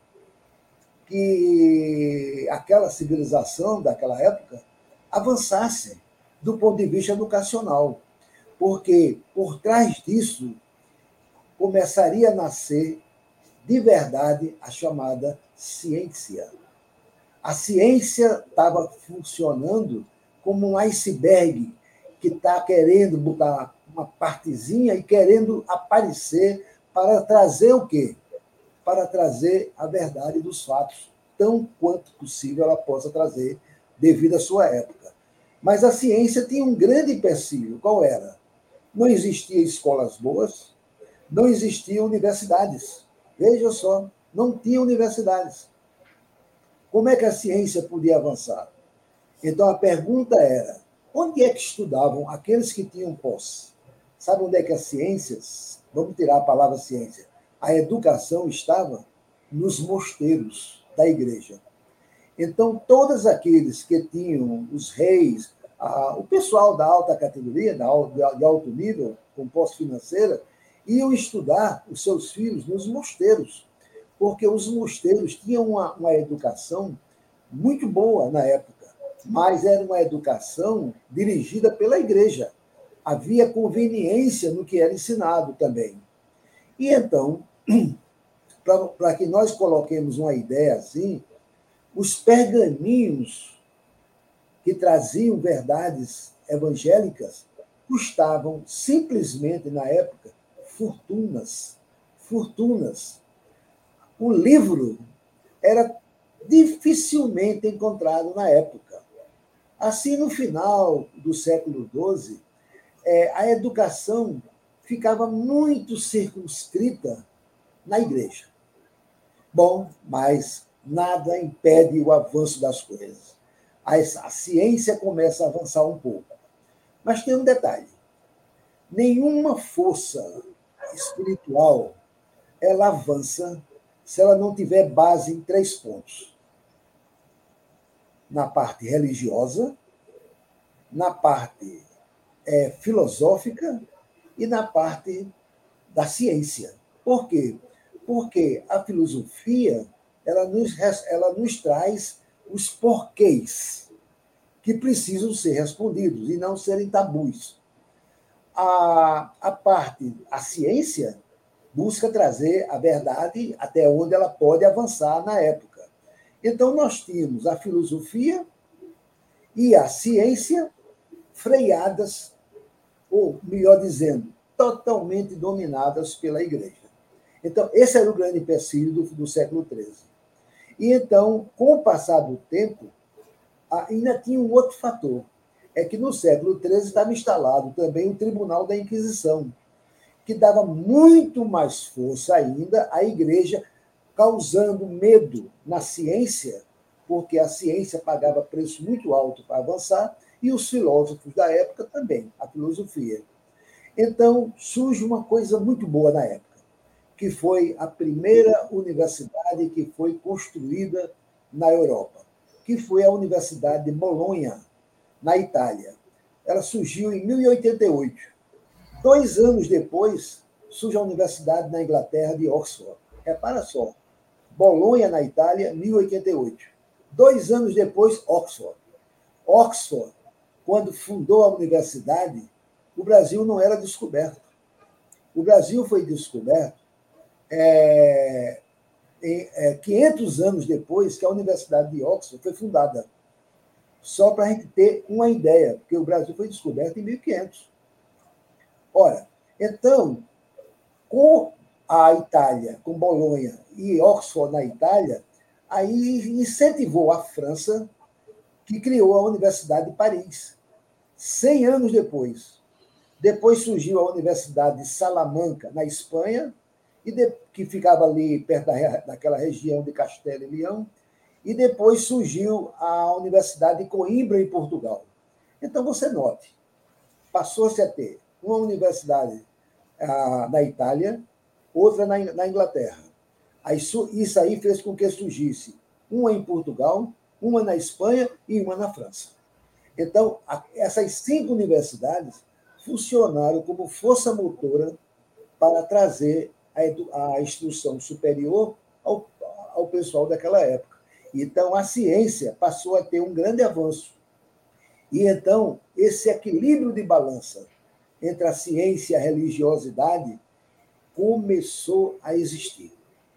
que aquela civilização daquela época avançasse do ponto de vista educacional, porque por trás disso começaria a nascer de verdade a chamada ciência. A ciência estava funcionando como um iceberg que está querendo botar uma partezinha e querendo aparecer para trazer o quê? Para trazer a verdade dos fatos, tão quanto possível ela possa trazer devido à sua época. Mas a ciência tinha um grande empecilho. Qual era? Não existiam escolas boas, não existiam universidades. Veja só, não tinha universidades. Como é que a ciência podia avançar? Então, a pergunta era, onde é que estudavam aqueles que tinham posse? Sabe onde é que as ciências, vamos tirar a palavra ciência, a educação estava nos mosteiros da igreja. Então, todos aqueles que tinham os reis, a, o pessoal da alta categoria, da, de alto nível, com posse financeira, iam estudar os seus filhos nos mosteiros, porque os mosteiros tinham uma, uma educação muito boa na época, mas era uma educação dirigida pela igreja. Havia conveniência no que era ensinado também. E então, para que nós coloquemos uma ideia assim, os pergaminhos que traziam verdades evangélicas custavam simplesmente, na época, fortunas. Fortunas. O livro era dificilmente encontrado na época. Assim, no final do século doze, é, a educação ficava muito circunscrita na igreja. Bom, mas nada impede o avanço das coisas. A, a ciência começa a avançar um pouco. Mas tem um detalhe. Nenhuma força espiritual ela avança se ela não tiver base em três pontos. Na parte religiosa, na parte é, filosófica e na parte da ciência. Por quê? Porque a filosofia ela nos, ela nos traz os porquês que precisam ser respondidos e não serem tabus. A, a parte, a ciência, busca trazer a verdade até onde ela pode avançar na época. Então, nós tínhamos a filosofia e a ciência freadas, ou, melhor dizendo, totalmente dominadas pela Igreja. Então, esse era o grande empecilho do, do século treze. E, então, com o passar do tempo, ainda tinha um outro fator, é que no século treze estava instalado também o Tribunal da Inquisição, que dava muito mais força ainda à Igreja, causando medo na ciência, porque a ciência pagava preço muito alto para avançar, e os filósofos da época também, a filosofia. Então, surge uma coisa muito boa na época, que foi a primeira universidade que foi construída na Europa, que foi a Universidade de Bolonha, na Itália. Ela surgiu em mil e oitenta e oito. Dois anos depois, surge a Universidade na Inglaterra de Oxford. Repara só, Bolonha, na Itália, mil e oitenta e oito. Dois anos depois, Oxford. Oxford, quando fundou a universidade, o Brasil não era descoberto. O Brasil foi descoberto é, em, é, quinhentos anos depois que a Universidade de Oxford foi fundada. Só para a gente ter uma ideia, porque o Brasil foi descoberto em mil e quinhentos. Ora, então, com a Itália, com Bolonha e Oxford na Itália, aí incentivou a França, que criou a Universidade de Paris. Cem anos depois. Depois surgiu a Universidade de Salamanca, na Espanha, e de, que ficava ali perto da, daquela região de Castela e Leão, e depois surgiu a Universidade de Coimbra, em Portugal. Então, você note, passou-se a ter uma universidade ah, na Itália, outra na, na Inglaterra. Aí, isso aí fez com que surgisse uma em Portugal, uma na Espanha e uma na França. Então, essas cinco universidades funcionaram como força motora para trazer a, a instrução superior ao, ao pessoal daquela época. Então, a ciência passou a ter um grande avanço. E, então, esse equilíbrio de balança entre a ciência e a religiosidade começou a existir.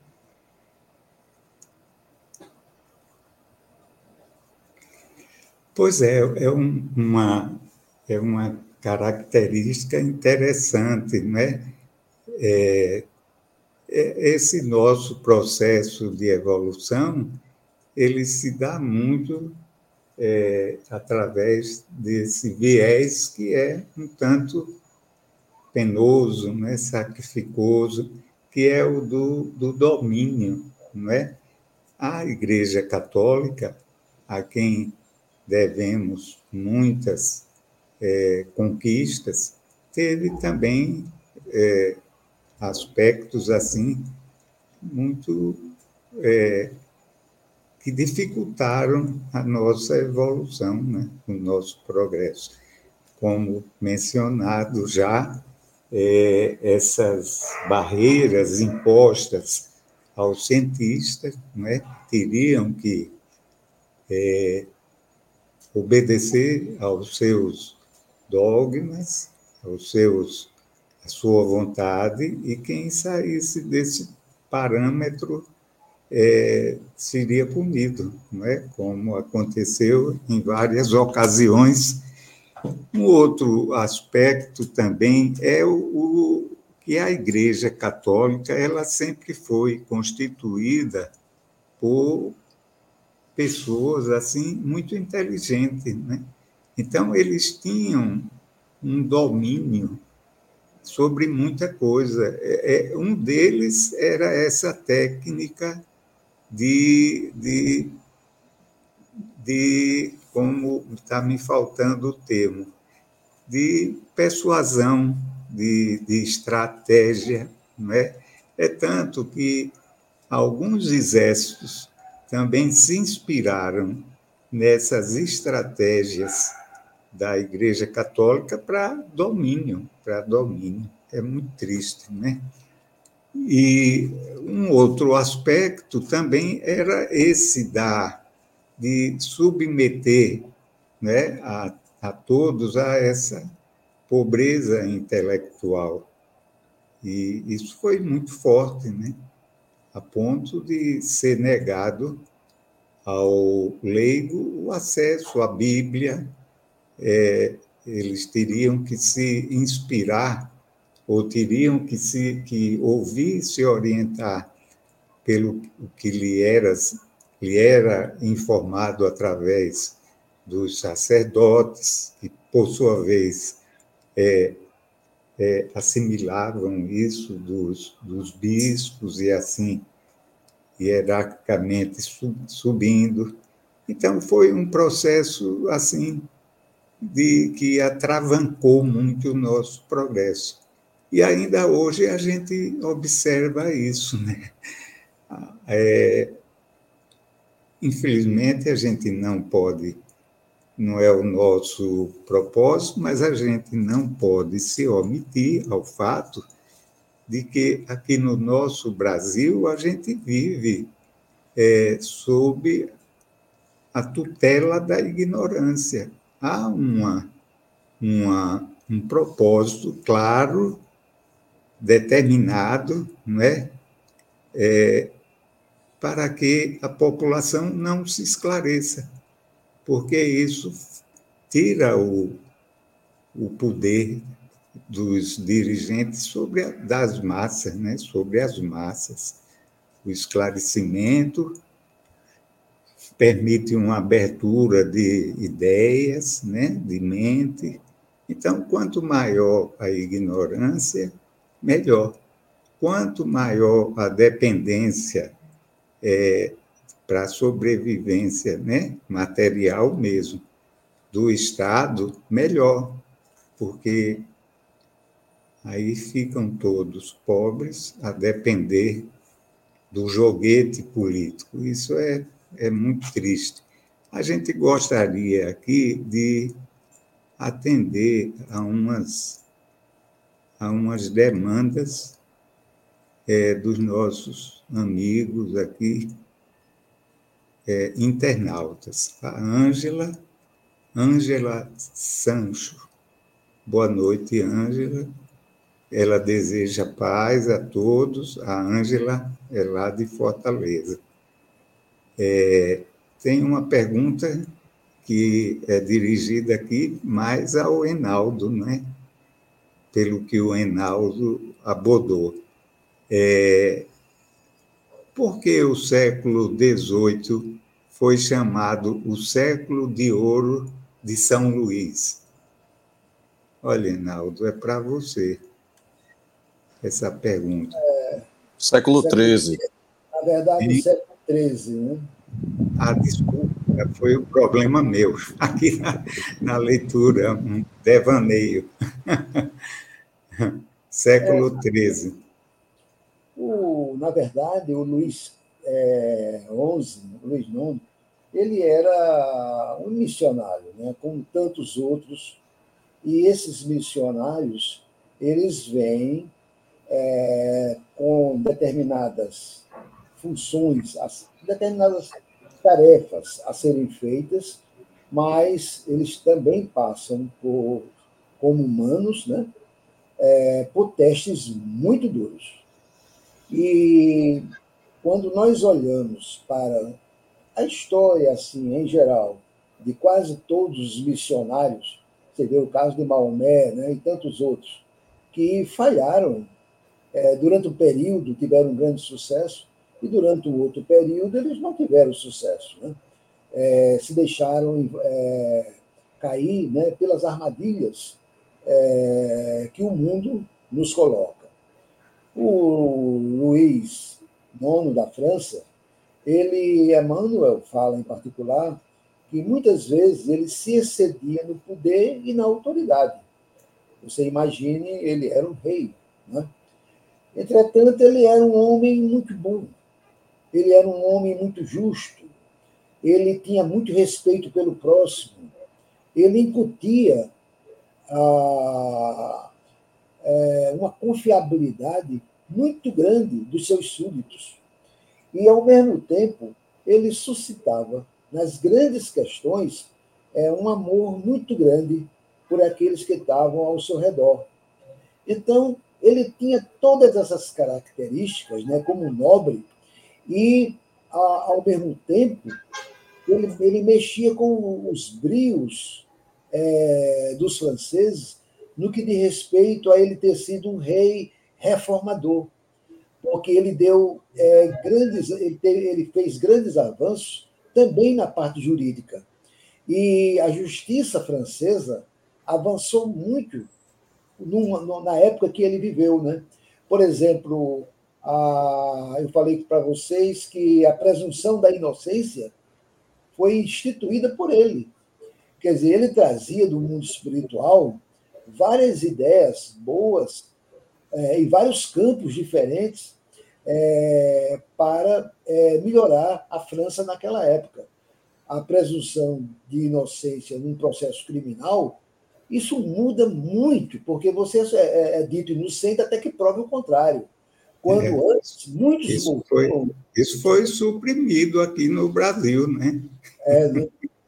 Pois é, é, um, uma, é uma característica interessante, né? É, esse nosso processo de evolução, ele se dá muito é, através desse viés que é um tanto penoso, né, sacrificoso, que é o do, do domínio, não é? A Igreja Católica, a quem devemos muitas é, conquistas, teve também é, aspectos assim muito é, que dificultaram a nossa evolução, né? O nosso progresso. Como mencionado já, é, essas barreiras impostas aos cientistas, né, teriam que é, obedecer aos seus dogmas, aos seus, à sua vontade, e quem saísse desse parâmetro é, seria punido, não é? Como aconteceu em várias ocasiões. Um outro aspecto também é o, o que a Igreja Católica ela sempre foi constituída por pessoas assim muito inteligentes, né? Então eles tinham um domínio sobre muita coisa. É, um deles era essa técnica de, de, de como está me faltando o termo, de persuasão, de, de estratégia, não é? É tanto que alguns exércitos também se inspiraram nessas estratégias da Igreja Católica para domínio, para domínio. É muito triste, né? E um outro aspecto também era esse da, de submeter, né, a, a todos a essa pobreza intelectual. E isso foi muito forte, né? A ponto de ser negado ao leigo o acesso à Bíblia. É, eles teriam que se inspirar, ou teriam que, se, que ouvir, se orientar pelo que lhe era, lhe era informado através dos sacerdotes, que, por sua vez, é, é, assimilavam isso dos, dos bispos e assim, hierarquicamente subindo. Então, foi um processo assim de que atravancou muito o nosso progresso. E ainda hoje a gente observa isso, né? É, infelizmente, a gente não pode, não é o nosso propósito, mas a gente não pode se omitir ao fato de que aqui no nosso Brasil a gente vive é, sob a tutela da ignorância. Há uma, uma, um propósito claro, determinado, não é? É, para que a população não se esclareça, porque isso tira o, o poder dos dirigentes sobre a, das massas, né? Sobre as massas. O esclarecimento permite uma abertura de ideias, né? De mente. Então, quanto maior a ignorância, melhor. Quanto maior a dependência é, para a sobrevivência, né? Material mesmo, do Estado, melhor, porque aí ficam todos pobres a depender do joguete político. Isso é, é muito triste. A gente gostaria aqui de atender a umas, a umas demandas é, dos nossos amigos aqui, é, internautas. A Ângela, Ângela Sancho. Boa noite, Ângela. Ela deseja paz a todos. A Ângela é lá de Fortaleza. É, tem uma pergunta que é dirigida aqui mais ao Enaldo, né? Pelo que o Enaldo abordou. É, por que o século dezoito foi chamado o século de ouro de São Luís? Olha, Enaldo, é para você essa pergunta. É, século treze. Na verdade, E, o século treze, né? Ah, desculpa, foi o problema meu, aqui na, na leitura, um devaneio. século treze. O, na verdade, o Luís é, onze, Luís nono, ele era um missionário, né, como tantos outros, e esses missionários, eles vêm é, com determinadas funções, determinadas tarefas a serem feitas, mas eles também passam por, como humanos, né, é, por testes muito duros. E quando nós olhamos para a história, assim, em geral, de quase todos os missionários, você vê o caso de Maomé, né, e tantos outros, que falharam é, durante um período, tiveram um grande sucesso, e durante um outro período eles não tiveram sucesso, né? É, se deixaram é, cair, né, pelas armadilhas é, que o mundo nos coloca. O Luís nono da França, ele, Emmanuel fala em particular, que muitas vezes ele se excedia no poder e na autoridade. Você imagine, ele era um rei, né? Entretanto, ele era um homem muito bom, ele era um homem muito justo, ele tinha muito respeito pelo próximo, ele incutia a, é, uma confiabilidade muito grande dos seus súditos. E, ao mesmo tempo, ele suscitava, nas grandes questões, é, um amor muito grande por aqueles que estavam ao seu redor. Então, ele tinha todas essas características, né, como nobre, e, ao mesmo tempo, ele, ele mexia com os brios é, dos franceses no que diz respeito a ele ter sido um rei reformador, porque ele deu é, grandes, ele, teve, ele fez grandes avanços também na parte jurídica. E a justiça francesa avançou muito numa, na época que ele viveu, né? Por exemplo, a, eu falei para vocês que a presunção da inocência foi instituída por ele. Quer dizer, ele trazia do mundo espiritual várias ideias boas é, em vários campos diferentes é, para é, melhorar a França naquela época. A presunção de inocência num processo criminal, isso muda muito, porque você é, é dito inocente até que prove o contrário. Quando é, antes, muitos isso foi, isso foi suprimido aqui no Brasil, né? É, né?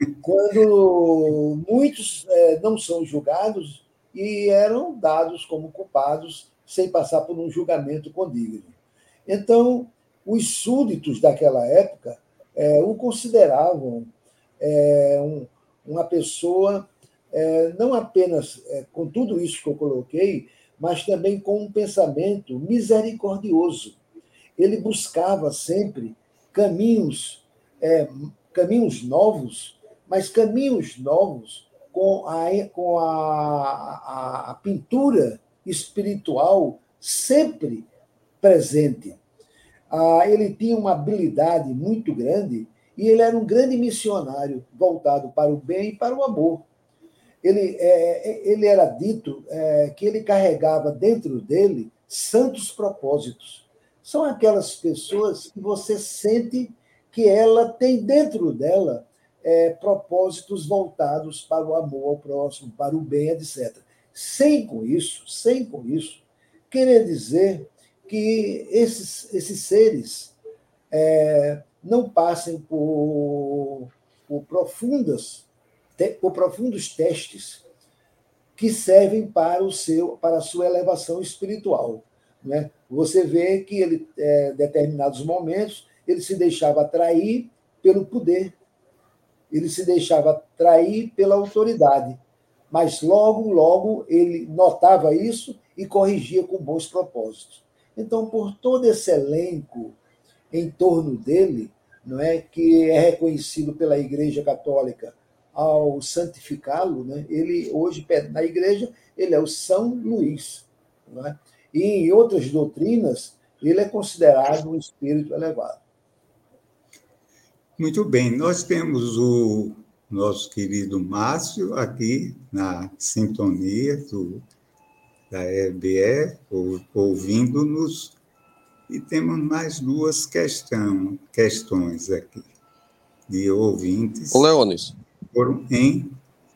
Quando muitos é, não são julgados e eram dados como culpados sem passar por um julgamento condigno. Então, os súditos daquela época é, o consideravam é, um, uma pessoa, é, não apenas é, com tudo isso que eu coloquei, mas também com um pensamento misericordioso. Ele buscava sempre caminhos, é, caminhos novos, mas caminhos novos com a, com a, a, a pintura espiritual sempre presente. Ah, ele tinha uma habilidade muito grande e ele era um grande missionário voltado para o bem e para o amor. Ele, é, ele era dito é, que ele carregava dentro dele santos propósitos. São aquelas pessoas que você sente que ela tem dentro dela é, propósitos voltados para o amor ao próximo, para o bem, etcétera. Sem com isso, sem com isso, querer dizer que esses, esses seres é, não passem por, por, profundas, te, por profundos testes que servem para, o seu, para a sua elevação espiritual. Né? Você vê que ele, em é, determinados momentos, ele se deixava atrair pelo poder, ele se deixava atrair pela autoridade, mas logo, logo ele notava isso e corrigia com bons propósitos. Então, por todo esse elenco em torno dele, não é, que é reconhecido pela Igreja Católica ao santificá-lo, né, ele hoje, na Igreja, ele é o São Luís. Não é? E em outras doutrinas, ele é considerado um espírito elevado. Muito bem, nós temos o nosso querido Márcio aqui na sintonia do, da E B E, ouvindo-nos, e temos mais duas questão, questões aqui, de ouvintes. Ô, Leones. Foram em...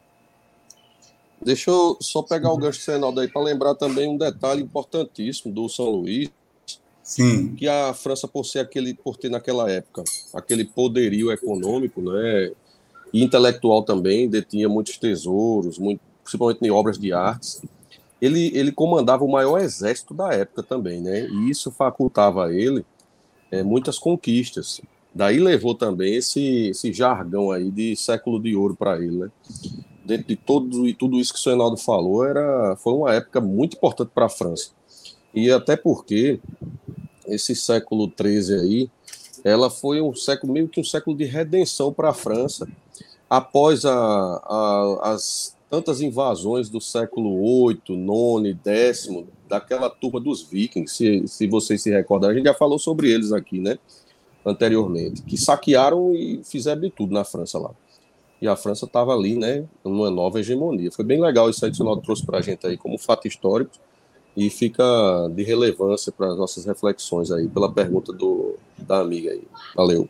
Deixa eu só pegar o gancho do Reinaldo aí para lembrar também um detalhe importantíssimo do São Luís. Sim. Que a França, por ser aquele, por ter naquela época aquele poderio econômico, né, e intelectual também, detinha muitos tesouros, muito, principalmente em obras de artes. Ele, ele comandava o maior exército da época também, né? E isso facultava a ele é, muitas conquistas. Daí levou também esse, esse jargão aí de século de ouro para ele, né? Dentro de todo, tudo isso que o senhor Reinaldo falou, era, foi uma época muito importante para a França. E até porque esse século treze aí, ela foi um século, meio que um século de redenção para a França, após a, a, as tantas invasões do século oito, nono e décimo, daquela turma dos vikings, se, se vocês se recordam, a gente já falou sobre eles aqui, né, anteriormente, que saquearam e fizeram de tudo na França lá. E a França estava ali, né, numa nova hegemonia. Foi bem legal isso aí que o senhor trouxe para a gente aí como fato histórico, e fica de relevância para as nossas reflexões aí, pela pergunta do, da amiga aí. Valeu.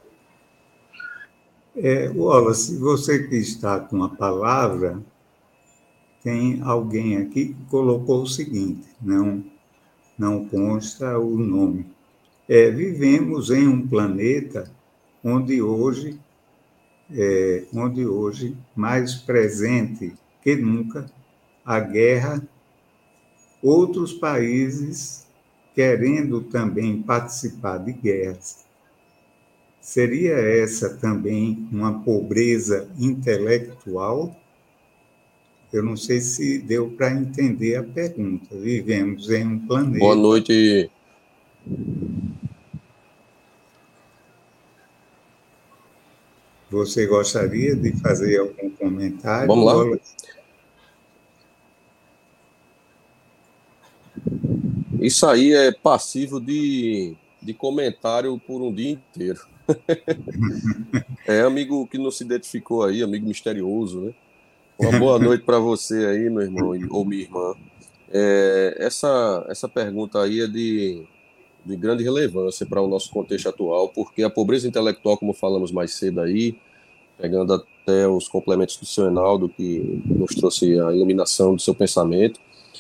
É, Wallace, você que está com a palavra, tem alguém aqui que colocou o seguinte, não, não consta o nome. É, vivemos em um planeta onde hoje, é, onde hoje, mais presente que nunca, a guerra, outros países querendo também participar de guerras. seria essa também uma pobreza intelectual? Eu não sei se deu para entender a pergunta. Vivemos em um planeta... Boa noite. Você gostaria de fazer algum comentário? Vamos lá? Wallace? Isso aí é passivo de, de comentário por um dia inteiro. É, amigo que não se identificou aí, amigo misterioso, né? Uma boa noite para você aí, meu irmão ou minha irmã. É, essa, essa pergunta aí é de, de grande relevância para o nosso contexto atual, porque a pobreza intelectual, como falamos mais cedo aí, pegando até os complementos do seu Enaldo, que nos trouxe a iluminação do seu pensamento,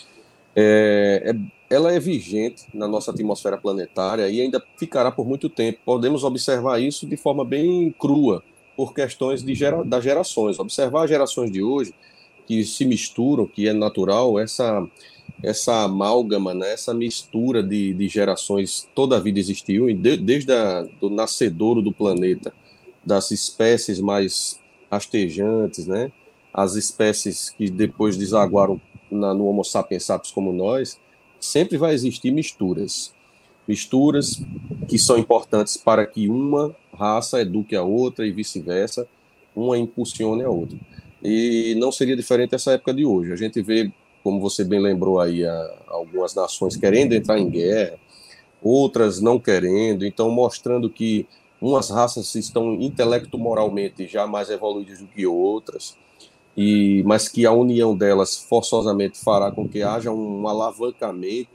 é, é, ela é vigente na nossa atmosfera planetária e ainda ficará por muito tempo. Podemos observar isso de forma bem crua, por questões de gera, das gerações. Observar as gerações de hoje, que se misturam, que é natural, essa, essa amálgama, né, essa mistura de, de gerações, toda a vida existiu, de, desde o nascedouro do planeta, das espécies mais rastejantes, né, as espécies que depois desaguaram na, no Homo sapiens sapiens como nós, sempre vai existir misturas. Misturas que são importantes para que uma raça eduque a outra e vice-versa, uma impulsione a outra. E não seria diferente essa época de hoje. A gente vê, como você bem lembrou aí, a, algumas nações querendo entrar em guerra, outras não querendo, então mostrando que umas raças estão intelecto-moralmente já mais evoluídas do que outras, e, mas que a união delas forçosamente fará com que haja um alavancamento,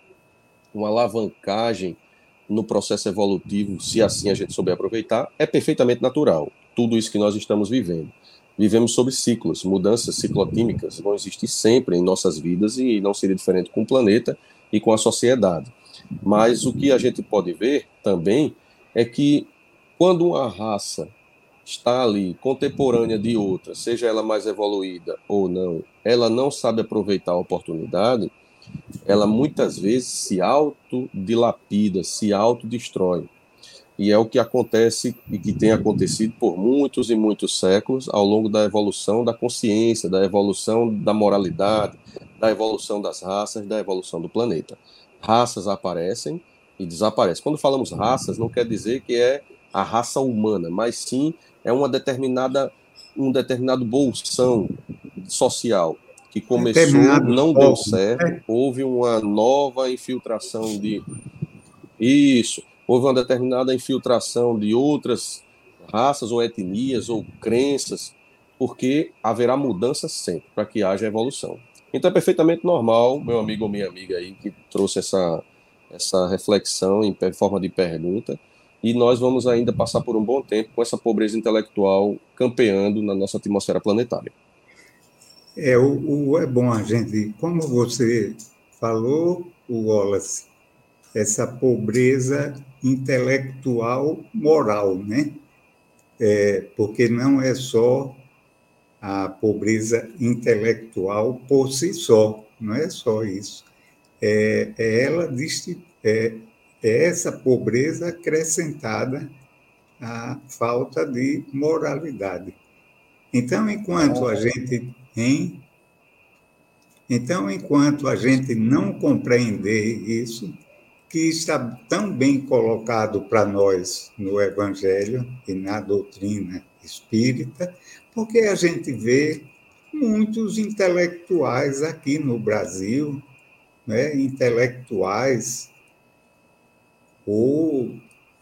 uma alavancagem no processo evolutivo, se assim a gente souber aproveitar, é perfeitamente natural. Tudo isso que nós estamos vivendo. Vivemos sob ciclos, mudanças ciclotímicas vão existir sempre em nossas vidas e não seria diferente com o planeta e com a sociedade. Mas o que a gente pode ver também é que quando uma raça está ali contemporânea de outra, seja ela mais evoluída ou não, ela não sabe aproveitar a oportunidade, ela muitas vezes se autodilapida, se autodestrói. E é o que acontece e que tem acontecido por muitos e muitos séculos ao longo da evolução da consciência, da evolução da moralidade, da evolução das raças, da evolução do planeta. Raças aparecem e desaparecem. Quando falamos raças, não quer dizer que é a raça humana, mas sim é uma determinada, um determinado bolsão social que começou, Determinados não deu povos, certo, né? houve uma nova infiltração de... Isso, houve uma determinada infiltração de outras raças ou etnias ou crenças, porque haverá mudança sempre para que haja evolução. Então é perfeitamente normal, meu amigo ou minha amiga aí que trouxe essa, essa reflexão em forma de pergunta, e nós vamos ainda passar por um bom tempo com essa pobreza intelectual campeando na nossa atmosfera planetária. É, o, o, é bom a gente, como você falou, o Wallace, essa pobreza intelectual moral, né? É, porque não é só a pobreza intelectual por si só, não é só isso. É, é ela é, é essa pobreza acrescentada à falta de moralidade. Então, enquanto a gente em, então, enquanto a gente não compreender isso, que está tão bem colocado para nós no Evangelho e na doutrina espírita, porque a gente vê muitos intelectuais aqui no Brasil, né, intelectuais ou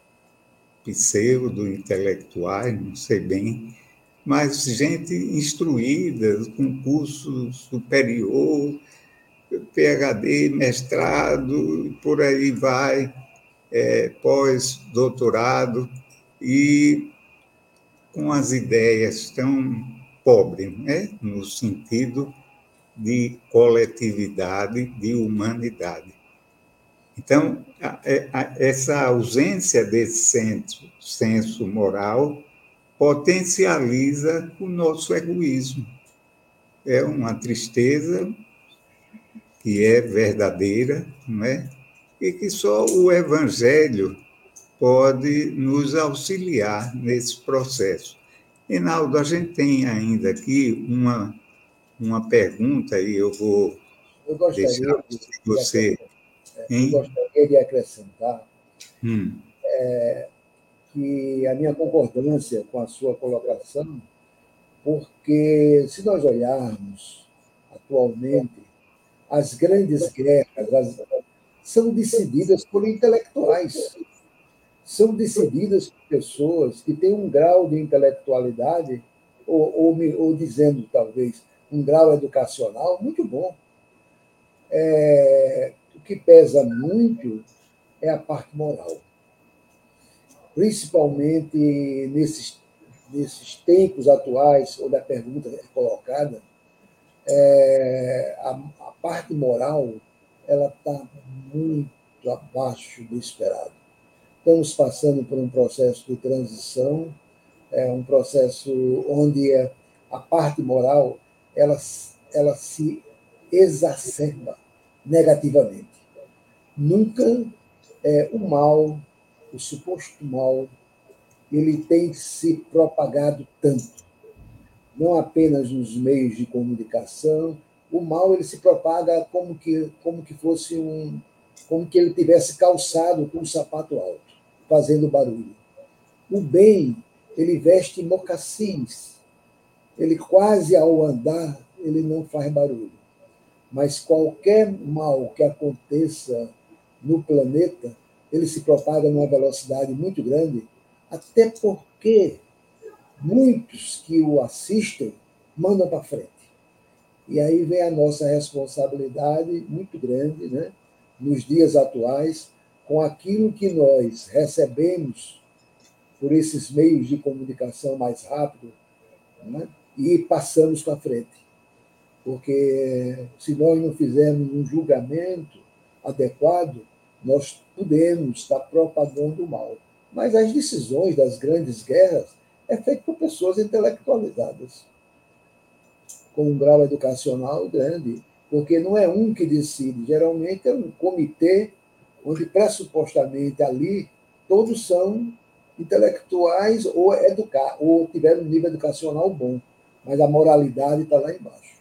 pseudo-intelectuais, não sei bem, mas gente instruída, com curso superior, P H D, mestrado, por aí vai, é, pós-doutorado, e com as ideias tão pobres, né? No sentido de coletividade, de humanidade. Então, a, a, essa ausência desse senso, senso moral potencializa o nosso egoísmo. É uma tristeza que é verdadeira, não é? E que só o Evangelho pode nos auxiliar nesse processo. Reinaldo, a gente tem ainda aqui uma, uma pergunta, e eu vou Eu gostaria deixar de, você... de, eu gostaria de acrescentar hum. é, que a minha concordância com a sua colocação, porque se nós olharmos atualmente, as grandes guerras as, são decididas por intelectuais, são decididas por pessoas que têm um grau de intelectualidade, ou, ou, ou dizendo, talvez, um grau educacional muito bom. É, o que pesa muito é a parte moral. Principalmente nesses, nesses tempos atuais, onde a pergunta é colocada, é, a, a parte moral ela está muito abaixo do esperado. Estamos passando por um processo de transição, é um processo onde a parte moral ela, ela se exacerba negativamente. Nunca é, o mal, o suposto mal, ele tem se propagado tanto, não apenas nos meios de comunicação. O mal ele se propaga como que como que fosse um como que ele tivesse calçado com um sapato alto, fazendo barulho. O bem ele veste mocassins, ele quase ao andar ele não faz barulho. Mas qualquer mal que aconteça no planeta, ele se propaga numa velocidade muito grande, até porque muitos que o assistem mandam para frente. E aí vem a nossa responsabilidade muito grande, né, nos dias atuais, com aquilo que nós recebemos por esses meios de comunicação mais rápido, né, e passamos para frente. Porque se nós não fizermos um julgamento adequado, nós podemos estar propagando o mal. Mas as decisões das grandes guerras é feito por pessoas intelectualizadas, com um grau educacional grande, porque não é um que decide, geralmente é um comitê onde pressupostamente ali todos são intelectuais ou educar, ou tiveram um nível educacional bom, mas a moralidade está lá embaixo.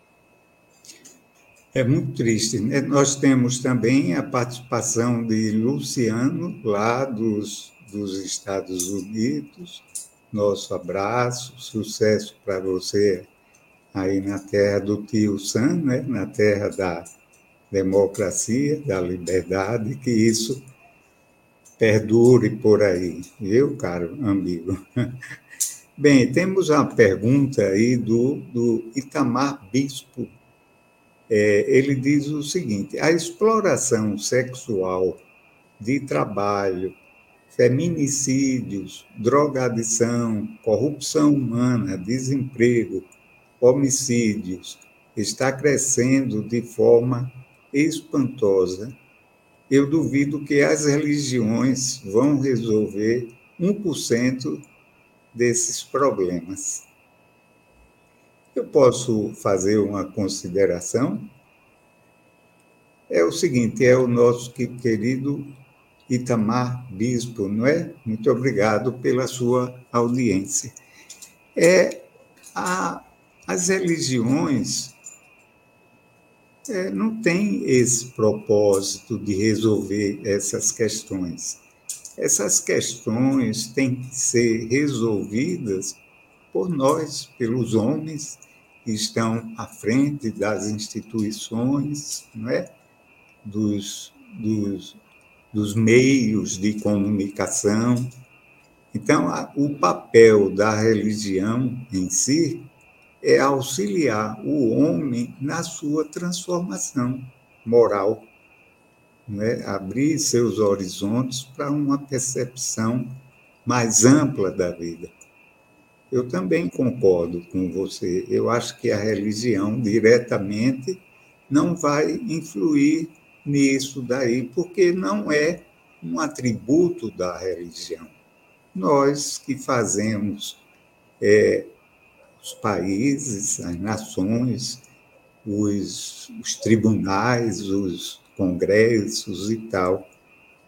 É muito triste, né? Nós temos também a participação de Luciano, lá dos, dos Estados Unidos. Nosso abraço, sucesso para você aí na terra do tio Sam, né? Na terra da democracia, da liberdade, que isso perdure por aí, viu, caro amigo? Bem, temos uma pergunta aí do, do Itamar Bispo. É, ele diz o seguinte: a exploração sexual de trabalho, feminicídios, drogadição, corrupção humana, desemprego, homicídios, está crescendo de forma espantosa. Eu duvido que as religiões vão resolver um por cento desses problemas. Eu posso fazer uma consideração? É o seguinte, é o nosso querido Itamar Bispo, não é? Muito obrigado pela sua audiência. É, a, as religiões é, não têm esse propósito de resolver essas questões. Essas questões têm que ser resolvidas por nós, pelos homens que estão à frente das instituições, não é? dos, dos, dos meios de comunicação. Então, a, o papel da religião em si é auxiliar o homem na sua transformação moral, né? Abrir seus horizontes para uma percepção mais ampla da vida. Eu também concordo com você. Eu acho que a religião diretamente não vai influir nisso daí, porque não é um atributo da religião. Nós que fazemos é, os países, as nações, os, os tribunais, os congressos e tal,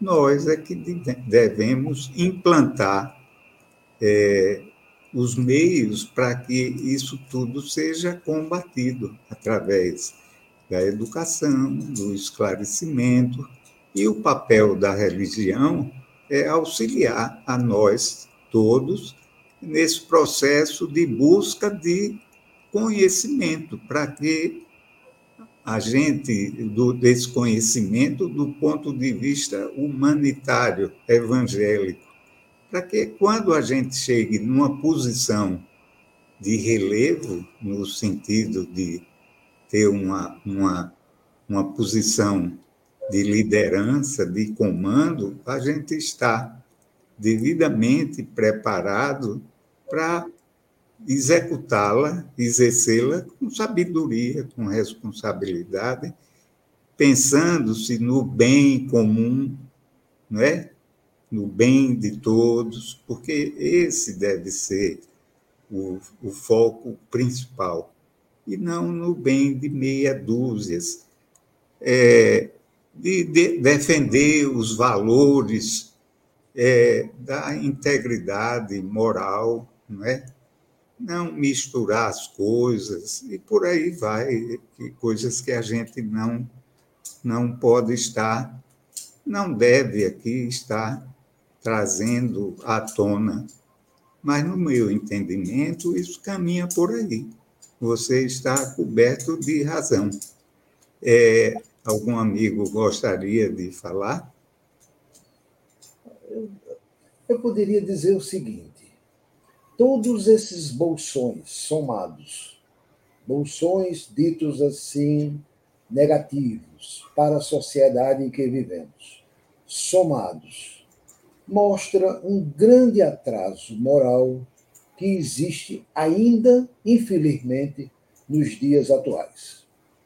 nós é que devemos implantar é, os meios para que isso tudo seja combatido através da educação, do esclarecimento, e o papel da religião é auxiliar a nós todos nesse processo de busca de conhecimento, para que a gente, do, desse conhecimento do ponto de vista humanitário, evangélico, para que quando a gente chegue numa posição de relevo, no sentido de ter uma, uma, uma posição de liderança, de comando, a gente está devidamente preparado para executá-la, exercê-la com sabedoria, com responsabilidade, pensando-se no bem comum, não é? No bem de todos, porque esse deve ser o, o foco principal, e não no bem de meia dúzias. É, de, de defender os valores é, da integridade moral, não é? Não misturar as coisas, e por aí vai, que coisas que a gente não, não pode estar, não deve aqui estar trazendo à tona. Mas, no meu entendimento, isso caminha por aí. Você está coberto de razão. É, algum amigo gostaria de falar? Eu, eu poderia dizer o seguinte: todos esses bolsões somados, bolsões ditos assim negativos para a sociedade em que vivemos, somados, mostra um grande atraso moral que existe ainda, infelizmente, nos dias atuais.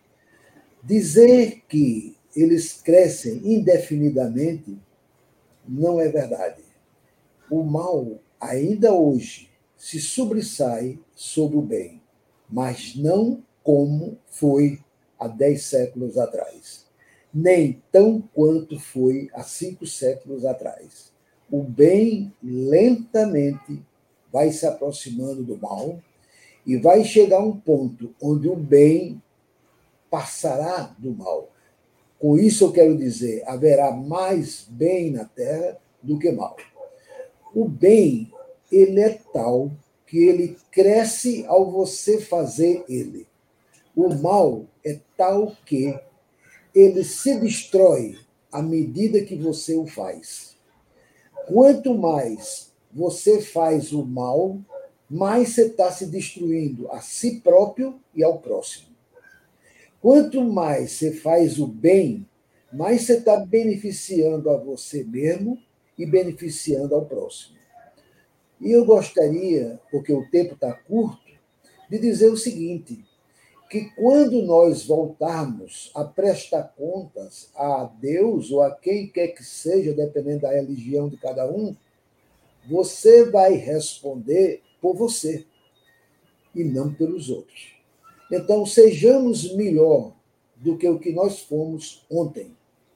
Dizer que eles crescem indefinidamente não é verdade. O mal, ainda hoje, se sobressai sobre o bem, mas não como foi há dez séculos atrás, nem tão quanto foi há cinco séculos atrás. O bem lentamente vai se aproximando do mal e vai chegar a um ponto onde o bem passará do mal. Com isso eu quero dizer, haverá mais bem na terra do que mal. O bem, ele é tal que ele cresce ao você fazer ele. O mal é tal que ele se destrói à medida que você o faz. Quanto mais você faz o mal, mais você está se destruindo a si próprio e ao próximo. Quanto mais você faz o bem, mais você está beneficiando a você mesmo e beneficiando ao próximo. E eu gostaria, porque o tempo está curto, de dizer o seguinte, que quando nós voltarmos a prestar contas a Deus ou a quem quer que seja, dependendo da religião de cada um, você vai responder por você e não pelos outros. Então, sejamos melhor do que o que nós fomos ontem.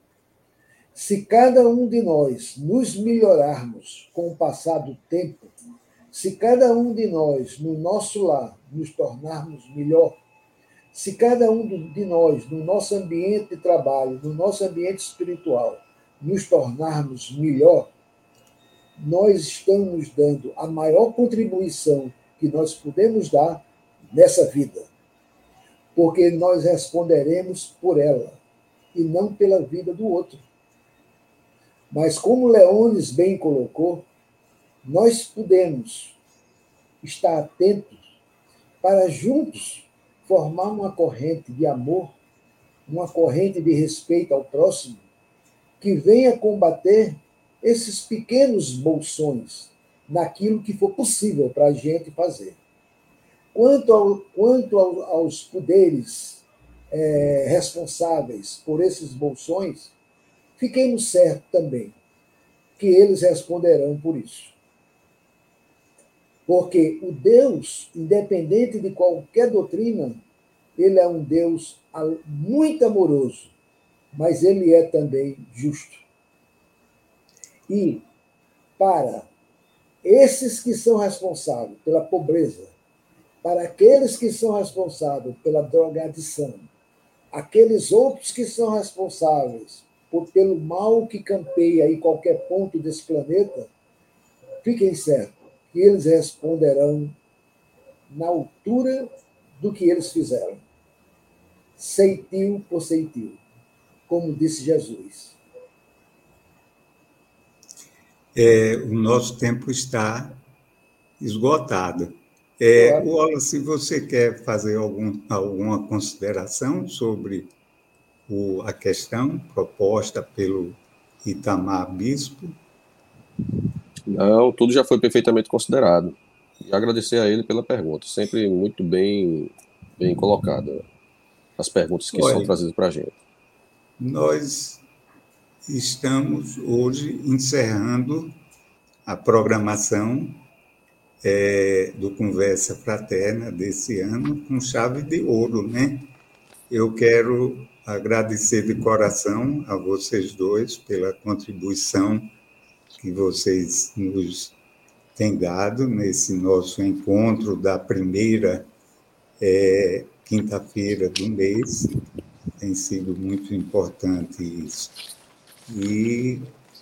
Se cada um de nós nos melhorarmos com o passar do tempo, se cada um de nós, no nosso lar, nos tornarmos melhor, se cada um de nós, no nosso ambiente de trabalho, no nosso ambiente espiritual, nos tornarmos melhor, nós estamos dando a maior contribuição que nós podemos dar nessa vida. Porque nós responderemos por ela e não pela vida do outro. Mas como Leones bem colocou, nós podemos estar atentos para juntos formar uma corrente de amor, uma corrente de respeito ao próximo, que venha combater esses pequenos bolsões naquilo que for possível para a gente fazer. Quanto, ao, quanto ao, aos poderes é, responsáveis por esses bolsões, fiquemos certos também que eles responderão por isso. Porque o Deus, independente de qualquer doutrina, ele é um Deus muito amoroso, mas ele é também justo. E para esses que são responsáveis pela pobreza, para aqueles que são responsáveis pela drogadição, aqueles outros que são responsáveis por, pelo mal que campeia em qualquer ponto desse planeta, fiquem certos que eles responderão na altura do que eles fizeram. Ceitil por ceitil, como disse Jesus. É, o nosso tempo está esgotado. É, Claro. Wallace, se você quer fazer algum, alguma consideração sobre o, a questão proposta pelo Itamar Bispo? Não, tudo já foi perfeitamente considerado. E agradecer a ele pela pergunta, sempre muito bem, bem colocada as perguntas que são Olha, trazidas para a gente. nós estamos hoje encerrando a programação é, do Conversa Fraterna desse ano com chave de ouro, né? Eu quero agradecer de coração a vocês dois pela contribuição que vocês nos têm dado nesse nosso encontro da primeira é, quinta-feira do mês. Tem sido muito importante isso. E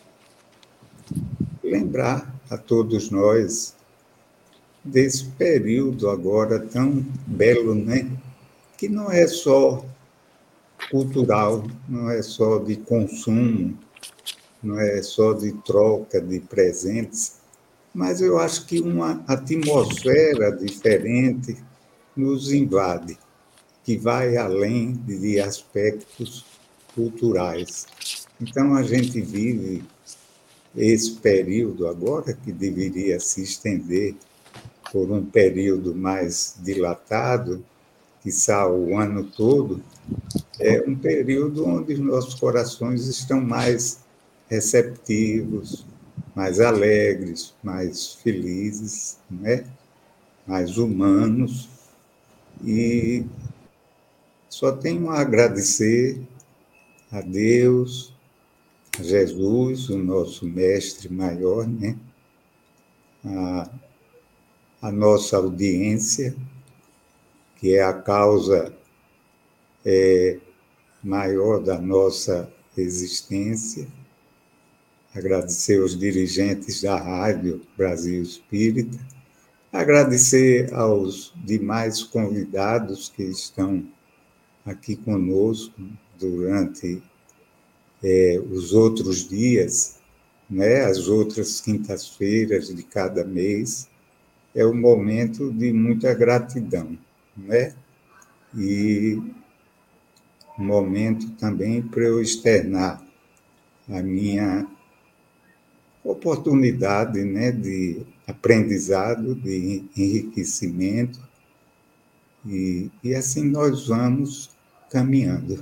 lembrar a todos nós desse período agora tão belo, né? Que não é só cultural, não é só de consumo, não é só de troca de presentes, mas eu acho que uma atmosfera diferente nos invade, que vai além de aspectos culturais. Então, a gente vive esse período agora, que deveria se estender por um período mais dilatado, quiçá o ano todo, é um período onde os nossos corações estão mais receptivos, mais alegres, mais felizes, né? Mais humanos. E só tenho a agradecer a Deus, a Jesus, o nosso mestre maior, né? a, a nossa audiência, que é a causa é, maior da nossa existência. Agradecer aos dirigentes da Rádio Brasil Espírita, agradecer aos demais convidados que estão aqui conosco durante é, os outros dias, né, as outras quintas-feiras de cada mês. É um momento de muita gratidão, né? E um momento também para eu externar a minha oportunidade, né, de aprendizado, de enriquecimento, e, e assim nós vamos caminhando.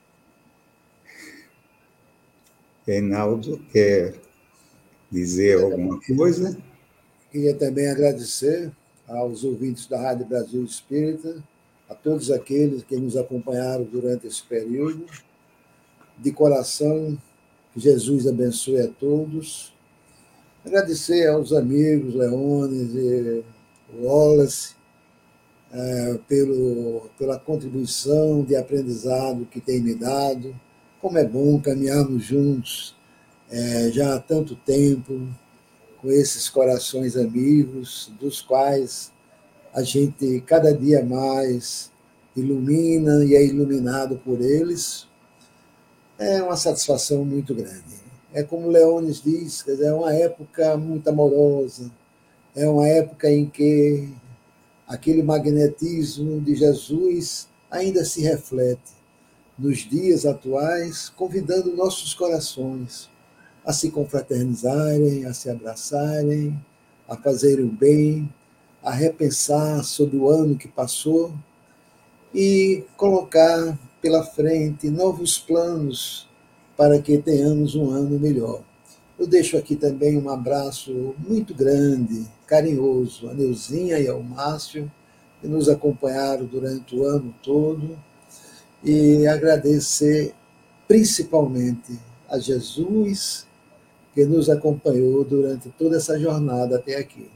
Reinaldo quer dizer alguma coisa? Queria também agradecer aos ouvintes da Rádio Brasil Espírita, a todos aqueles que nos acompanharam durante esse período. De coração, que Jesus abençoe a todos. Agradecer aos amigos Leones e Wallace é, pelo, pela contribuição de aprendizado que tem me dado. Como é bom caminharmos juntos é, já há tanto tempo, com esses corações amigos, dos quais a gente cada dia mais ilumina e é iluminado por eles. É uma satisfação muito grande. É como Leones diz, quer dizer, é uma época muito amorosa, é uma época em que aquele magnetismo de Jesus ainda se reflete nos dias atuais, convidando nossos corações a se confraternizarem, a se abraçarem, a fazerem o bem, a repensar sobre o ano que passou e colocar pela frente novos planos para que tenhamos um ano melhor. Eu deixo aqui também um abraço muito grande, carinhoso, a Neuzinha e ao Márcio, que nos acompanharam durante o ano todo, e agradecer principalmente a Jesus que nos acompanhou durante toda essa jornada até aqui.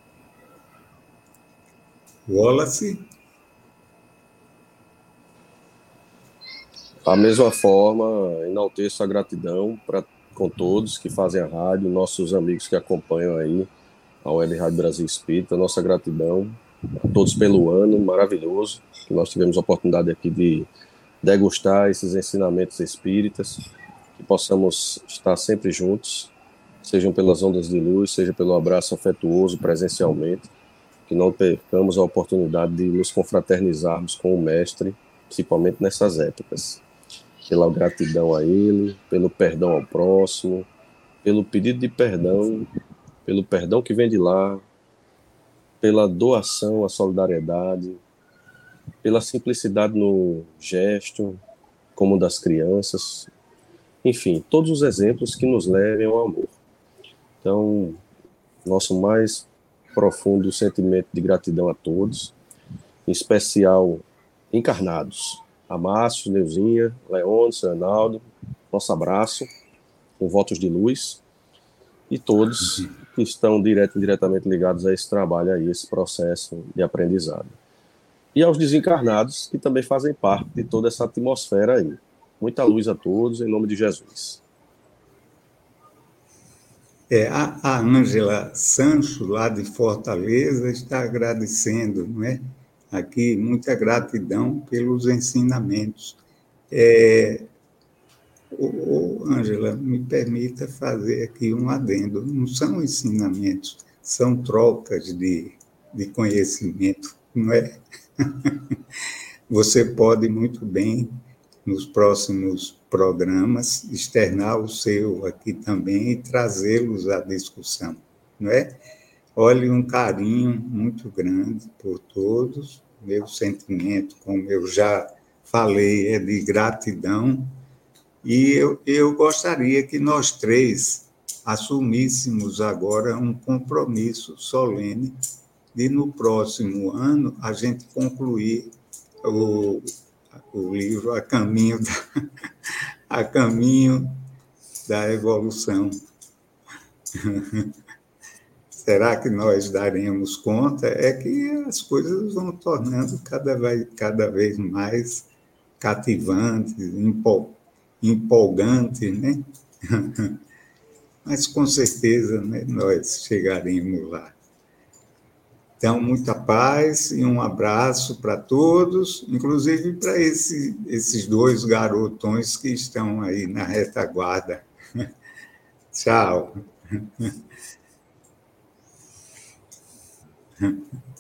Wallace? Da mesma forma, enalteço a gratidão pra, com todos que fazem a rádio, nossos amigos que acompanham aí a Web Rádio Brasil Espírita, nossa gratidão a todos pelo ano maravilhoso que nós tivemos a oportunidade aqui de degustar esses ensinamentos espíritas, que possamos estar sempre juntos, sejam pelas ondas de luz, seja pelo abraço afetuoso presencialmente, que não percamos a oportunidade de nos confraternizarmos com o Mestre, principalmente nessas épocas. Pela gratidão a Ele, pelo perdão ao próximo, pelo pedido de perdão, pelo perdão que vem de lá, pela doação, a solidariedade, pela simplicidade no gesto, como das crianças, enfim, todos os exemplos que nos levem ao amor. Então, nosso mais profundo sentimento de gratidão a todos, em especial encarnados, a Márcio, Neuzinha, Leôncio, Reinaldo, nosso abraço, com votos de luz, e todos que estão direto e indiretamente ligados a esse trabalho, a esse processo de aprendizado. E aos desencarnados, que também fazem parte de toda essa atmosfera aí. Muita luz a todos, em nome de Jesus. É, a, a Ângela Sancho, lá de Fortaleza, está agradecendo, não é? Aqui, muita gratidão pelos ensinamentos. É, ô, Ângela, me permita fazer aqui um adendo. Não são ensinamentos, são trocas de, de conhecimento, não é? Você pode muito bem, nos próximos programas, externar o seu aqui também e trazê-los à discussão, não é? Olhe, um carinho muito grande por todos, meu sentimento, como eu já falei, é de gratidão, e eu, eu gostaria que nós três assumíssemos agora um compromisso solene de, no próximo ano, a gente concluir o, o livro A Caminho da, A Caminho da Evolução. Será que nós daremos conta? É que as coisas vão tornando cada vez, cada vez mais cativantes, empol, empolgantes, né? Mas, com certeza, né, nós chegaremos lá. Então, muita paz e um abraço para todos, inclusive para esse, esses dois garotões que estão aí na retaguarda. Tchau.